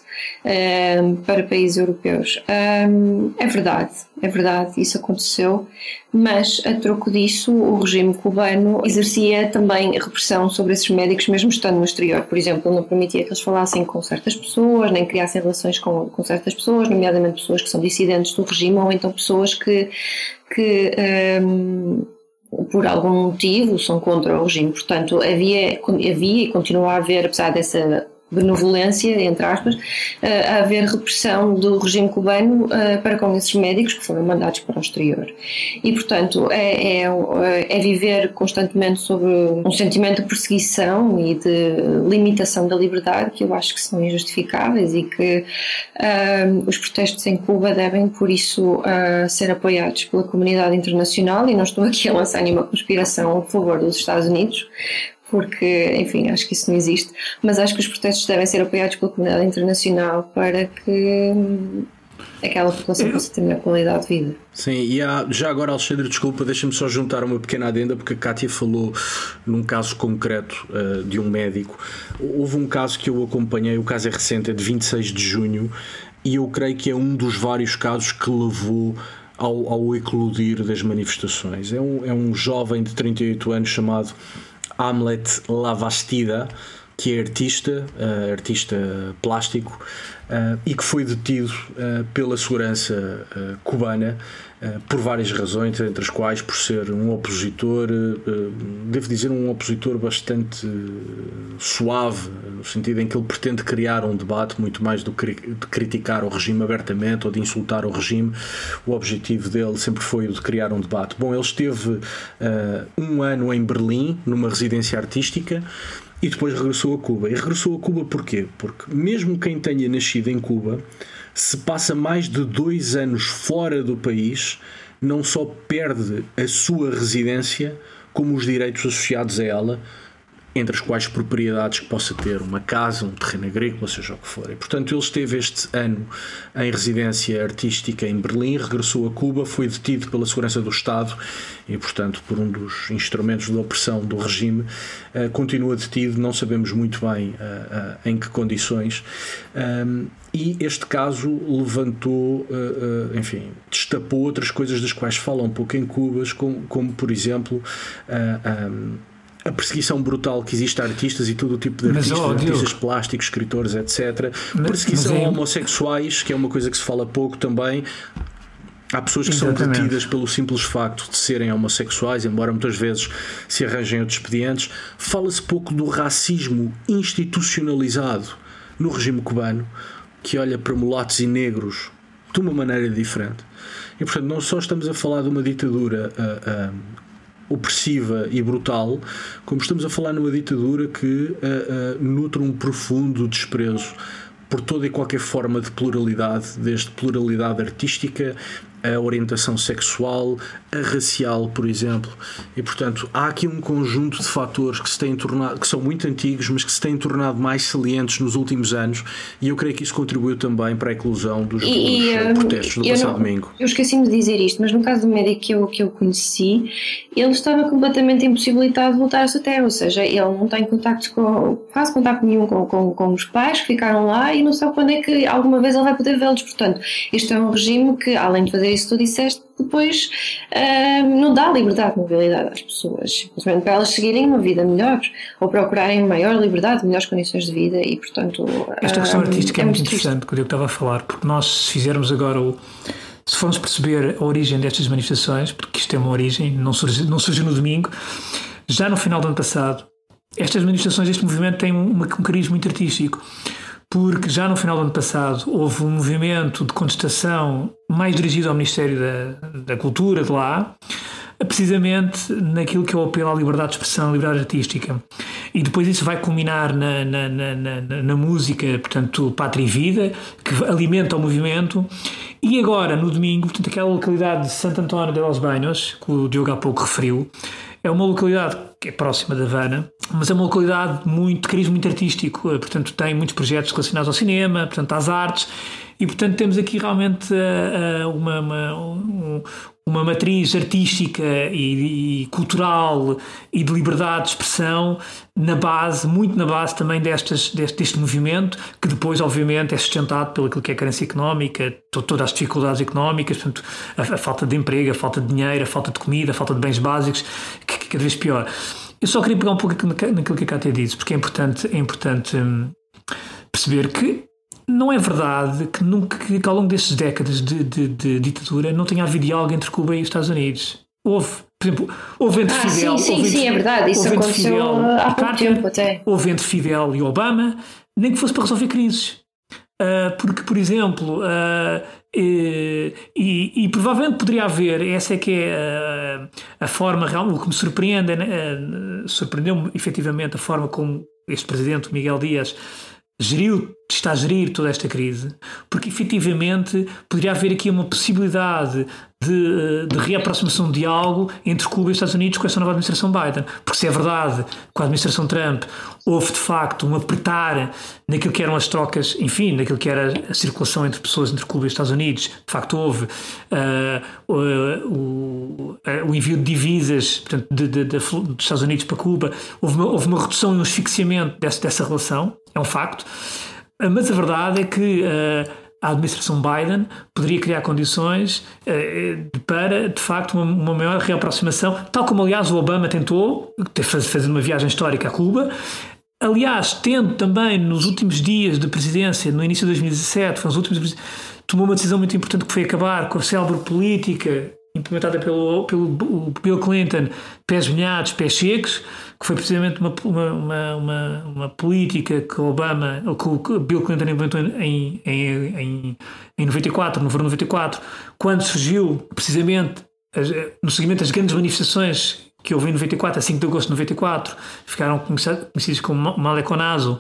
um, para países europeus. Um, é verdade, é verdade, isso aconteceu, mas a troco disso o regime cubano exercia também repressão sobre esses médicos mesmo estando no exterior. Por exemplo, não permitia que eles falassem com certas pessoas, nem criassem relações com, com certas pessoas, nomeadamente pessoas que são dissidentes do regime ou então pessoas que, que um, por algum motivo são contra o regime. Portanto, havia, havia e continua a haver, apesar dessa benevolência, entre aspas, a haver repressão do regime cubano para com esses médicos que foram mandados para o exterior. E, portanto, é, é, é viver constantemente sobre um sentimento de perseguição e de limitação da liberdade que eu acho que são injustificáveis e que uh, os protestos em Cuba devem, por isso, uh, ser apoiados pela comunidade internacional, e não estou aqui a lançar nenhuma conspiração a favor dos Estados Unidos, porque, enfim, acho que isso não existe, mas acho que os protestos devem ser apoiados pela comunidade internacional para que aquela população possa ter melhor qualidade de vida. Sim, e há, já agora, Alexandre, desculpa, deixa-me só juntar uma pequena adenda, porque a Kátia falou num caso concreto uh, de um médico. Houve um caso que eu acompanhei, o caso é recente, é de vinte e seis de junho, e eu creio que é um dos vários casos que levou Ao, ao eclodir das manifestações. É um, é um jovem de trinta e oito anos chamado Hamlet Lavastida, que é artista, uh, artista plástico, uh, e que foi detido uh, pela segurança uh, cubana uh, por várias razões, entre as quais por ser um opositor, uh, devo dizer um opositor bastante uh, suave, no sentido em que ele pretende criar um debate muito mais do que de criticar o regime abertamente ou de insultar o regime. O objetivo dele sempre foi o de criar um debate. Bom, ele esteve uh, um ano em Berlim, numa residência artística, e depois regressou a Cuba. E regressou a Cuba porquê? Porque mesmo quem tenha nascido em Cuba, se passa mais de dois anos fora do país, não só perde a sua residência, como os direitos associados a ela, entre as quais propriedades que possa ter, uma casa, um terreno agrícola, seja o que for. E, portanto, ele esteve este ano em residência artística em Berlim, regressou a Cuba, foi detido pela segurança do Estado e, portanto, por um dos instrumentos de opressão do regime, uh, continua detido, não sabemos muito bem uh, uh, em que condições. Um, E este caso levantou, uh, uh, enfim, destapou outras coisas das quais falam um pouco em Cuba, como, como por exemplo, uh, um, a perseguição brutal que existe a artistas e todo o tipo de artistas, mas, oh, artistas plásticos, escritores, etcétera. Mas, perseguição mas é... a homossexuais, que é uma coisa que se fala pouco também. Há pessoas que Exatamente. São detidas pelo simples facto de serem homossexuais, embora muitas vezes se arranjem outros expedientes. Fala-se pouco do racismo institucionalizado no regime cubano, que olha para mulatos e negros de uma maneira diferente. E, portanto, não só estamos a falar de uma ditadura uh, uh, opressiva e brutal, como estamos a falar numa ditadura que uh, uh, nutre um profundo desprezo por toda e qualquer forma de pluralidade, desde pluralidade artística, a orientação sexual, a racial, por exemplo. E, portanto, há aqui um conjunto de fatores que se têm tornado, que são muito antigos, mas que se têm tornado mais salientes nos últimos anos, e eu creio que isso contribuiu também para a eclosão dos, e, dos um, protestos do passado não, domingo. Eu esqueci-me de dizer isto, mas no caso do médico que eu, que eu conheci, ele estava completamente impossibilitado de voltar à sua terra, ou seja, ele não tem contacto com, quase contacto nenhum com, com, com os pais que ficaram lá e não sabe quando é que alguma vez ele vai poder vê-los. Portanto, isto é um regime que, além de fazer isso que tu disseste, depois uh, não dá liberdade de mobilidade às pessoas, simplesmente para elas seguirem uma vida melhor ou procurarem maior liberdade, melhores condições de vida. E, portanto, esta questão uh, artística é, é muito muito interessante, que eu estava a falar, porque nós, se fizermos agora o se formos perceber a origem destas manifestações, porque isto tem uma origem, não surgiu, não surgiu no domingo, já no final do ano passado, estas manifestações, este movimento tem um, um cariz muito artístico, porque já no final do ano passado houve um movimento de contestação mais dirigido ao Ministério da, da Cultura de lá, precisamente naquilo que é o apelo à liberdade de expressão, à liberdade artística. E depois isso vai culminar na, na, na, na, na música, portanto, Pátria e Vida, que alimenta o movimento. E agora, no domingo, portanto, aquela localidade de Santo António de los Baños, que o Diogo há pouco referiu, é uma localidade que é próxima da Havana, mas é uma localidade muito, de cariz muito artístico, portanto tem muitos projetos relacionados ao cinema, portanto às artes, e portanto temos aqui realmente uh, uma, uma, um, uma matriz artística e, e cultural e de liberdade de expressão na base, muito na base também destas, deste, deste movimento, que depois obviamente é sustentado pelo que é a carência económica, todas as dificuldades económicas, portanto, a, a falta de emprego, a falta de dinheiro, a falta de comida, a falta de bens básicos, que, que é cada vez pior. Eu só queria pegar um pouco naquilo que a Cátia disse, porque é importante, é importante hum, perceber que não é verdade que, nunca, que ao longo destas décadas de, de, de ditadura não tenha havido diálogo entre Cuba e os Estados Unidos. Houve, por exemplo, houve entre ah, Fidel... Sim, sim, houve sim, entre, é verdade. Isso aconteceu Fidel há pouco Carter, tempo até. Houve entre Fidel e Obama, nem que fosse para resolver crises. Uh, porque, por exemplo, uh, e, e, e provavelmente poderia haver, essa é que é uh, a forma real, o que me surpreende, uh, surpreendeu-me efetivamente a forma como este presidente, Miguel Díaz, geriu, está a gerir toda esta crise, porque efetivamente poderia haver aqui uma possibilidade de, de reaproximação de diálogo entre Cuba e os Estados Unidos com esta nova administração Biden, porque se é verdade, com a administração Trump houve de facto um apertar naquilo que eram as trocas, enfim, naquilo que era a circulação entre pessoas entre Cuba e os Estados Unidos, de facto houve uh, uh, o, uh, o envio de divisas, portanto, de, de, de, dos Estados Unidos para Cuba, houve uma, houve uma redução e um asfixiamento dessa, dessa relação, é um facto, uh, mas a verdade é que uh, a administração Biden poderia criar condições uh, para, de facto, uma, uma maior reaproximação, tal como, aliás, o Obama tentou, fazendo uma viagem histórica a Cuba. Aliás, tendo também, nos últimos dias de presidência, no início de dois mil e dezassete, foi nos últimos, tomou uma decisão muito importante que foi acabar com a célebre política implementada pelo, pelo Bill Clinton, pés molhados, pés secos, que foi precisamente uma, uma, uma, uma política que o Obama, ou que o Bill Clinton implementou em, em, em, em noventa e quatro, no verão de noventa e quatro, quando surgiu precisamente no seguimento das grandes manifestações que houve em noventa e quatro, a cinco de agosto de noventa e quatro, ficaram conhecidos como Maleconazo,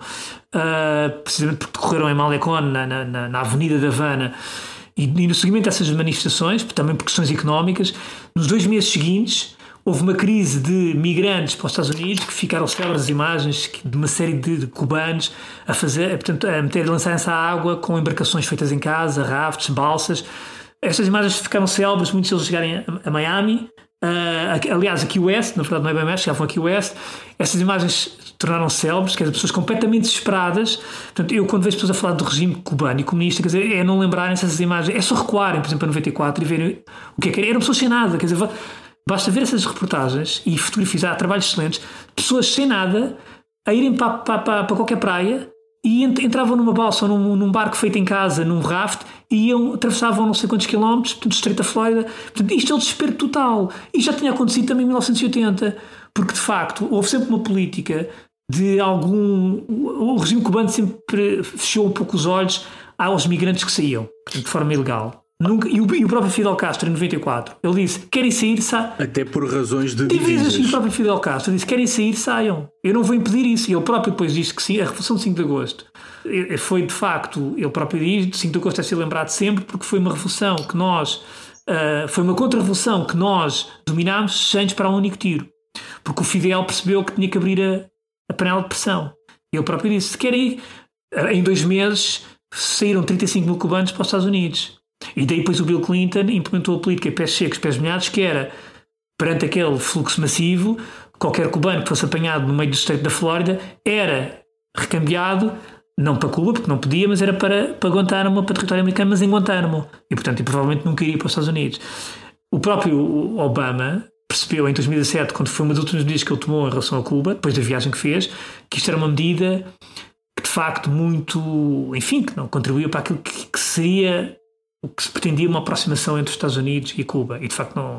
uh, precisamente porque decorreram em Malecon, na, na, na Avenida da Havana. E, e no seguimento dessas manifestações, também por questões económicas, nos dois meses seguintes houve uma crise de migrantes para os Estados Unidos, que ficaram célebres as imagens de uma série de, de cubanos a fazer, portanto, a meter, a lançarem-se à água com embarcações feitas em casa, rafts, balsas. Estas imagens ficaram célebres, muitos deles chegarem a, a Miami. Uh, aliás, aqui o West, na verdade não é bem México, chegavam aqui o West. Essas imagens tornaram-se célebres, quer dizer, pessoas completamente desesperadas. Portanto, eu quando vejo pessoas a falar do regime cubano e comunista, quer dizer, é não lembrarem-se dessas imagens, é só recuarem, por exemplo, a noventa e quatro e verem o que é que era. Eram pessoas sem nada, quer dizer, basta ver essas reportagens e fotografizar trabalhos excelentes, pessoas sem nada a irem para, para, para, para qualquer praia e entravam numa balsa ou num, num barco feito em casa, num raft, e iam, atravessavam não sei quantos quilómetros, portanto, do Estreito da Flórida. Portanto, isto é um desespero total. E já tinha acontecido também em mil novecentos e oitenta, porque de facto houve sempre uma política de algum. O regime cubano sempre fechou um pouco os olhos aos migrantes que saíam, portanto, de forma ilegal. Nunca, e, o, e o próprio Fidel Castro, em noventa e quatro, ele disse: querem sair, saiam. Até por razões de divisas. E o próprio Fidel Castro disse: querem sair, saiam. Eu não vou impedir isso. E ele próprio depois disse que sim. A Revolução de cinco de agosto foi, de facto, ele próprio diz: de cinco de agosto é ser lembrado sempre, porque foi uma revolução que nós, uh, foi uma contra-revolução que nós dominámos sem disparar um único tiro. Porque o Fidel percebeu que tinha que abrir a, a panela de pressão. E ele próprio disse: se querem ir, em dois meses saíram trinta e cinco mil cubanos para os Estados Unidos. E daí depois o Bill Clinton implementou a política pés secos, pés molhados, que era, perante aquele fluxo massivo, qualquer cubano que fosse apanhado no meio do estreito da Flórida era recambiado, não para Cuba, porque não podia, mas era para, para Guantánamo, para território americano, mas em Guantánamo. E, portanto, e provavelmente nunca iria para os Estados Unidos. O próprio Obama percebeu em dois mil e dezassete, quando foi uma das últimas medidas que ele tomou em relação a Cuba, depois da viagem que fez, que isto era uma medida que, de facto, muito, enfim, que não contribuía para aquilo que, que seria o que se pretendia uma aproximação entre os Estados Unidos e Cuba, e de facto não.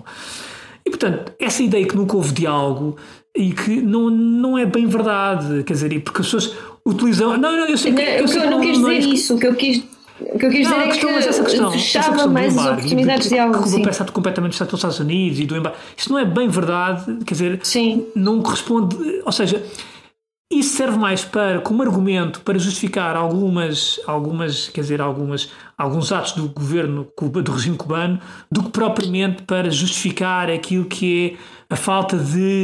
E portanto, essa ideia que nunca houve diálogo e que não, não é bem verdade, quer dizer, porque as pessoas utilizam. Não, não, eu sei que. Eu, eu, eu não, não quis dizer não, isso, o que eu quis. O que eu quis não, dizer é que essa questão, fechava essa questão mais as oportunidades de diálogo. Cuba pensa completamente nos Estados Unidos e do embarque. Isto não é bem verdade, quer dizer, sim. Não corresponde. Ou seja, isso serve mais para, como argumento para justificar algumas, algumas, quer dizer, algumas, alguns atos do governo, do regime cubano, do que propriamente para justificar aquilo que é a falta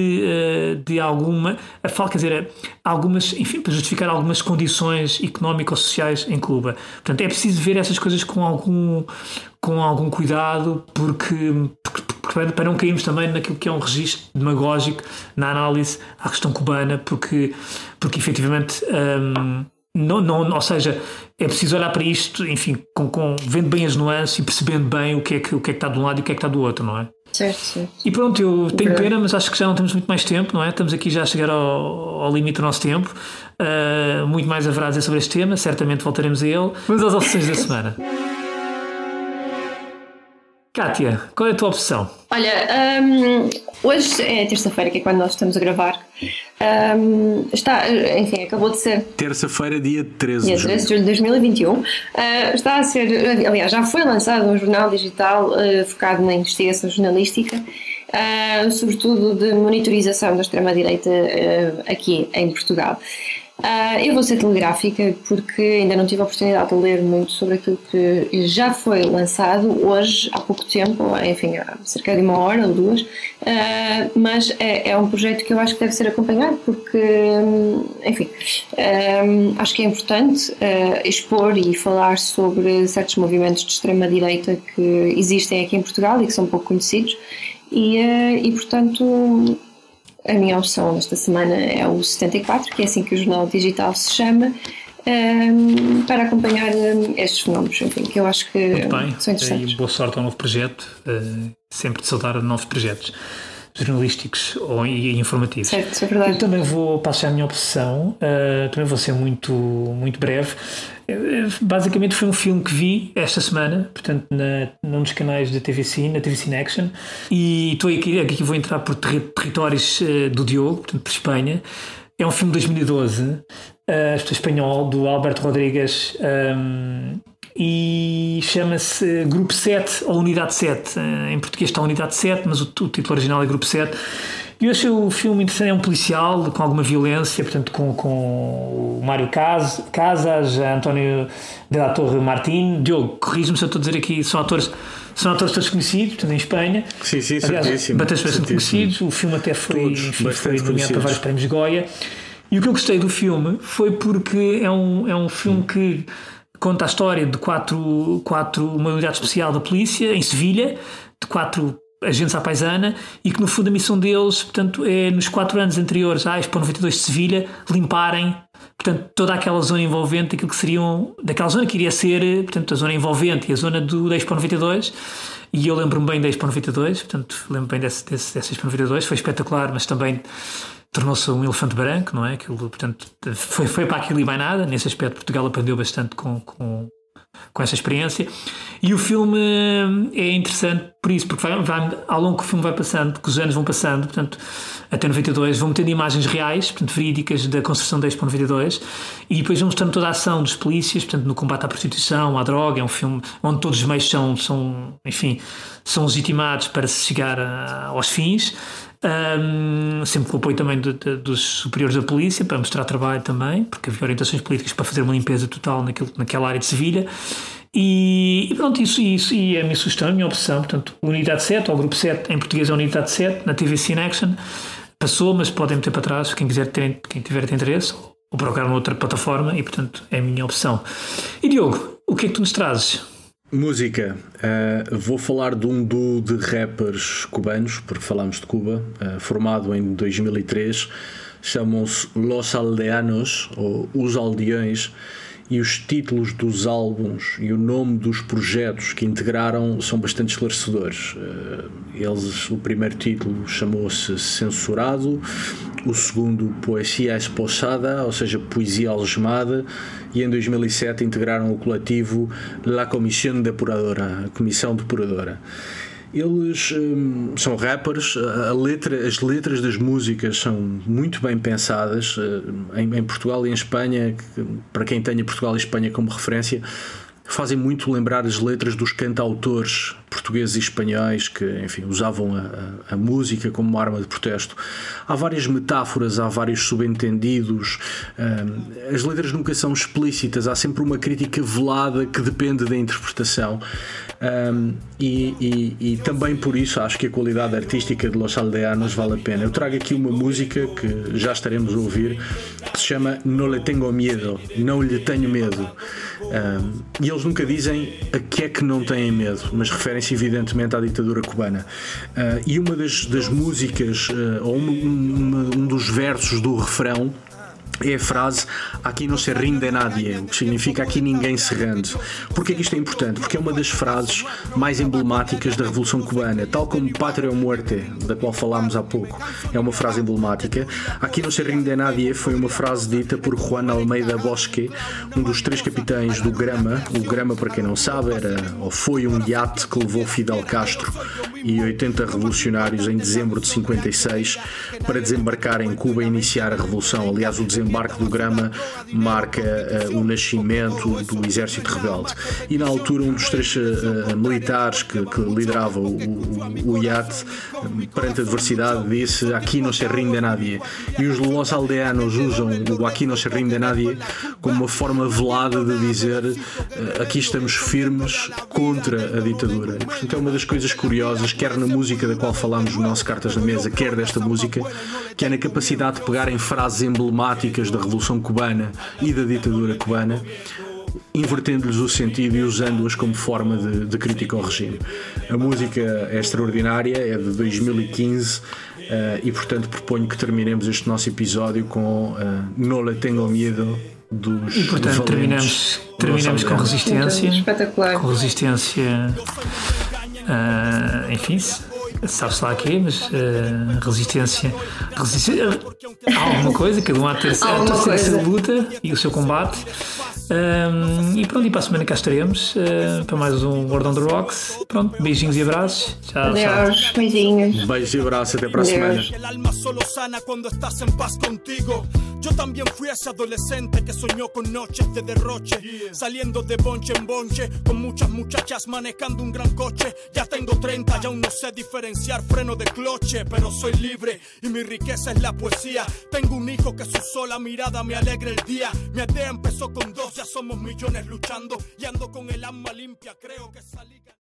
de, de alguma, a falta, quer dizer, algumas, enfim, para justificar algumas condições económico-sociais em Cuba. Portanto, é preciso ver essas coisas com algum, com algum cuidado, porque, porque para não cairmos também naquilo que é um registro demagógico na análise à questão cubana, porque, porque efetivamente, hum, não, não, ou seja, é preciso olhar para isto, enfim, com, com, vendo bem as nuances e percebendo bem o que, é que, o que é que está de um lado e o que é que está do outro, não é? Certo, certo. E pronto, eu tenho pena, mas acho que já não temos muito mais tempo, não é? Estamos aqui já a chegar ao, ao limite do nosso tempo. Uh, muito mais haverá a dizer sobre este tema, certamente voltaremos a ele. Vamos às opções da semana. Kátia, qual é a tua opção? Olha, um, hoje é terça-feira, que é quando nós estamos a gravar. Um, está, enfim, acabou de ser. Terça-feira, dia treze dia de julho. treze de julho de dois mil e vinte e um. Uh, está a ser, aliás, já foi lançado um jornal digital uh, focado na investigação jornalística, uh, sobretudo de monitorização da extrema-direita uh, aqui em Portugal. Uh, eu vou ser telegráfica porque ainda não tive a oportunidade de ler muito sobre aquilo que já foi lançado hoje, há pouco tempo, enfim, há cerca de uma hora ou duas, uh, mas é, é um projeto que eu acho que deve ser acompanhado porque, enfim, um, acho que é importante uh, expor e falar sobre certos movimentos de extrema-direita que existem aqui em Portugal e que são pouco conhecidos e, uh, e portanto... A minha opção desta semana é o setenta e quatro, que é assim que o jornal digital se chama, um, para acompanhar um, estes fenómenos, enfim, que eu acho que bem, são interessantes. E boa sorte ao novo projeto, uh, sempre de saudar a novos projetos jornalísticos ou e informativos. Certo, é verdade. Eu também vou passar a minha obsessão, uh, também vou ser muito, muito breve. Basicamente foi um filme que vi esta semana, portanto, na, num dos canais da T V C, na T V C Action, e estou aqui, aqui vou entrar por terri- territórios uh, do Diogo, portanto, por Espanha. É um filme de dois mil e doze, uh, espanhol, do Alberto Rodrigues, um, e chama-se Grupo sete ou Unidade sete. Uh, em português está Unidade sete, mas o, o título original é Grupo sete. E eu achei o filme interessante, é um policial com alguma violência, portanto com, com o Mário Casas, António de la Torre Martín. Diogo, corrijo-me se eu estou a dizer aqui, são atores, são atores todos conhecidos, portanto em Espanha. Sim, sim, aliás, certíssimo. Bastante certíssimo. conhecidos, o filme até foi, enfim, foi nomeado para vários prémios Goya. E o que eu gostei do filme foi porque é um, é um filme que conta a história de quatro, quatro, uma unidade especial da polícia em Sevilha, de quatro agentes à paisana, e que no fundo a missão deles, portanto, é nos quatro anos anteriores à Expo noventa e dois de Sevilha, limparem, portanto, toda aquela zona envolvente, aquilo que seriam, daquela zona que iria ser, portanto, a zona envolvente e a zona do, da Expo noventa e dois. E eu lembro-me bem da Expo noventa e dois, portanto, lembro-me bem desse, desse, dessa Expo noventa e dois, foi espetacular, mas também tornou-se um elefante branco, não é? Aquilo, portanto, foi, foi para aquilo e vai nada. Nesse aspecto, Portugal aprendeu bastante com, com, com essa experiência. E o filme é interessante por isso, porque vai, vai, ao longo que o filme vai passando, que os anos vão passando, portanto, até noventa e dois, vão metendo imagens reais, portanto, verídicas da construção da Expo noventa e dois, e depois vão mostrando toda a ação dos polícias, portanto, no combate à prostituição, à droga. É um filme onde todos os meios são, são enfim, são legitimados para se chegar a, aos fins. Um, sempre com o apoio também de, de, dos superiores da polícia, para mostrar trabalho também, porque havia orientações políticas para fazer uma limpeza total naquilo, naquela área de Sevilha. E, e pronto, isso, isso e a minha sugestão, a minha opção, portanto, Unidade sete, ou Grupo sete, em português é Unidade sete, na T V C in Action, passou, mas podem meter para trás, quem quiser ter, quem tiver ter interesse, ou procurar uma outra plataforma, e portanto é a minha opção. E Diogo, o que é que tu nos trazes? Música, uh, vou falar de um duo de rappers cubanos, porque falámos de Cuba, uh, formado em dois mil e três, chamam-se Los Aldeanos, ou Os Aldeões, e os títulos dos álbuns e o nome dos projetos que integraram são bastante esclarecedores. Uh, eles, o primeiro título chamou-se Censurado, o segundo Poesia Esposada, ou seja, Poesia Algemada, e em dois mil e sete integraram o coletivo La Comisión Depuradora, a Comissão Depuradora. Eles hum, são rappers, a letra, as letras das músicas são muito bem pensadas. Em, em Portugal e em Espanha, para quem tenha Portugal e Espanha como referência, fazem muito lembrar as letras dos cantautores portugueses e espanhóis que, enfim, usavam a, a, a música como uma arma de protesto. Há várias metáforas, há vários subentendidos, um, as letras nunca são explícitas, há sempre uma crítica velada que depende da interpretação, um, e, e, e também por isso acho que a qualidade artística de Los Aldeanos vale a pena. Eu trago aqui uma música que já estaremos a ouvir, que se chama No Le Tengo Miedo, Não Lhe Tenho Medo. Um, e eles nunca dizem a que é que não têm medo, mas referem-se evidentemente à ditadura cubana. Uh, e uma das, das músicas, uh, ou uma, uma, um dos versos do refrão, é a frase "Aqui não se rinde nadie", o que significa "aqui ninguém se rende". Porquê que isto é importante? Porque é uma das frases mais emblemáticas da Revolução Cubana, tal como "Patria ou muerte", da qual falámos há pouco, é uma frase emblemática. "Aqui não se rinde nadie" foi uma frase dita por Juan Almeida Bosque, um dos três capitães do Grama. O Grama, para quem não sabe, era ou foi um iate que levou Fidel Castro e oitenta revolucionários em dezembro de cinquenta e seis para desembarcar em Cuba e iniciar a revolução. Aliás, o desembarque do Grama marca uh, o nascimento do exército rebelde. E na altura um dos três uh, militares que, que liderava o, o, o iate, um, perante a adversidade, disse "Aqui não se rinde nadie". E os Los Aldeanos usam o "Aqui não se rinde nadie" como uma forma velada de dizer uh, aqui estamos firmes contra a ditadura. E, portanto, é uma das coisas curiosas, quer na música da qual falámos no nosso Cartas na Mesa, quer desta música, que é na capacidade de pegar em frases emblemáticas da Revolução Cubana e da ditadura cubana, invertendo-lhes o sentido e usando-as como forma de, de crítica ao regime. A música é extraordinária, é de dois mil e quinze, uh, e portanto proponho que terminemos este nosso episódio com uh, No Le Tengo Miedo, dos E portanto terminamos, terminamos com resistência. Espetacular. Com resistência, uh, enfim, sabe-se lá quê, mas uh, resistência, resistência há alguma coisa, cada um há de ter a sua luta e o seu combate. Um, e pronto, e para a semana cá estaremos uh, para mais um World on the Rocks. Pronto, beijinhos e abraços. Tchau, Adeus, tchau. beijinhos. Beijos e abraços, até para a semana. Yo también fui ese adolescente que soñó con noches de derroche, yeah. Saliendo de bonche en bonche, con muchas muchachas manejando un gran coche. Ya tengo treinta y aún no sé diferenciar freno de cloche, pero soy libre y mi riqueza es la poesía. Tengo un hijo que su sola mirada me alegra el día. Mi aldea empezó con dos, ya somos millones luchando y ando con el alma limpia, creo que esa liga...